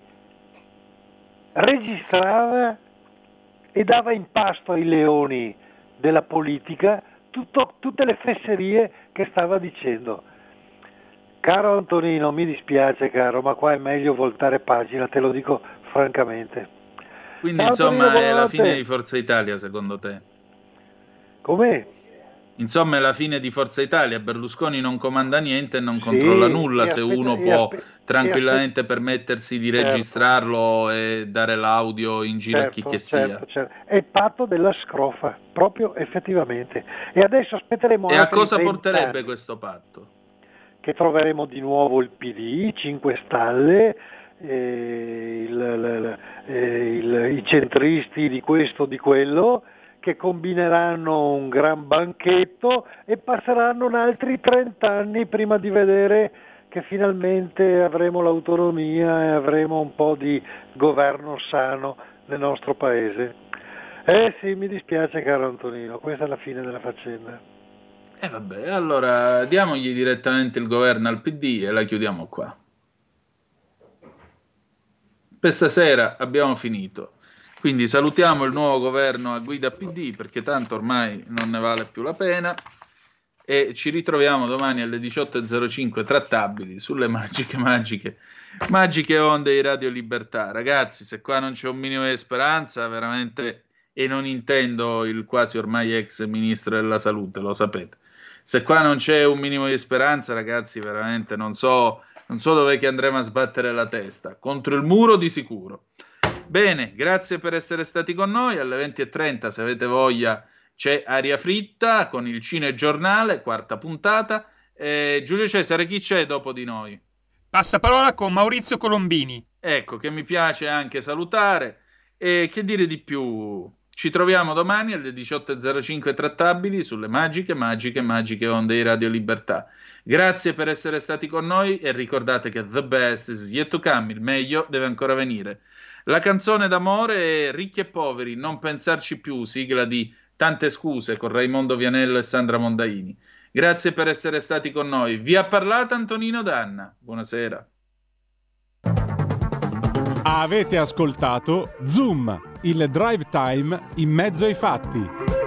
registrava e dava in pasto ai leoni della politica tutto, tutte le fesserie che stava dicendo. Caro Antonino, mi dispiace caro, ma qua è meglio voltare pagina, te lo dico francamente. Quindi Ciao, insomma Antonino, è la buonanotte. fine di Forza Italia secondo te? Com'è? Insomma è la fine di Forza Italia, Berlusconi non comanda niente e non Sì, controlla nulla, e se aspetta- uno e può aspe- tranquillamente e aspe- permettersi di Certo. registrarlo e dare l'audio in giro a chi Certo, che certo, sia. certo. È il patto della scrofa, proprio effettivamente. E adesso aspetteremo E a altri cosa venti porterebbe anni, questo patto? che troveremo di nuovo il P D, i cinque Stelle, eh, il- il- il- eh, il- i centristi di questo di quello, che combineranno un gran banchetto e passeranno un altri trenta anni prima di vedere che finalmente avremo l'autonomia e avremo un po' di governo sano nel nostro paese. Eh sì, mi dispiace caro Antonino, questa è la fine della faccenda. E eh vabbè, allora diamogli direttamente il governo al P D e la chiudiamo qua. Per stasera abbiamo finito. Quindi salutiamo il nuovo governo a guida P D perché tanto ormai non ne vale più la pena e ci ritroviamo domani alle diciotto e zero cinque trattabili sulle magiche magiche magiche onde di Radio Libertà. Ragazzi, se qua non c'è un minimo di speranza veramente, e non intendo il quasi ormai ex ministro della salute, lo sapete, se qua non c'è un minimo di speranza ragazzi veramente non so non so dove che andremo a sbattere la testa, contro il muro di sicuro. Bene, grazie per essere stati con noi. Alle venti e trenta, se avete voglia, c'è Aria Fritta con il Cinegiornale, quarta puntata. Eh, Giulio Cesare, chi c'è dopo di noi? Passaparola con Maurizio Colombini. Ecco, che mi piace anche salutare. E che dire di più? Ci troviamo domani alle diciotto e zero cinque trattabili sulle magiche, magiche, magiche onde di Radio Libertà. Grazie per essere stati con noi e ricordate che the best is yet to come, il meglio deve ancora venire. La canzone d'amore è Ricchi e Poveri, non pensarci più, sigla di Tante Scuse con Raimondo Vianello e Sandra Mondaini. Grazie per essere stati con noi. Vi ha parlato Antonino Danna. Buonasera. Avete ascoltato Zoom, il drive time in mezzo ai fatti.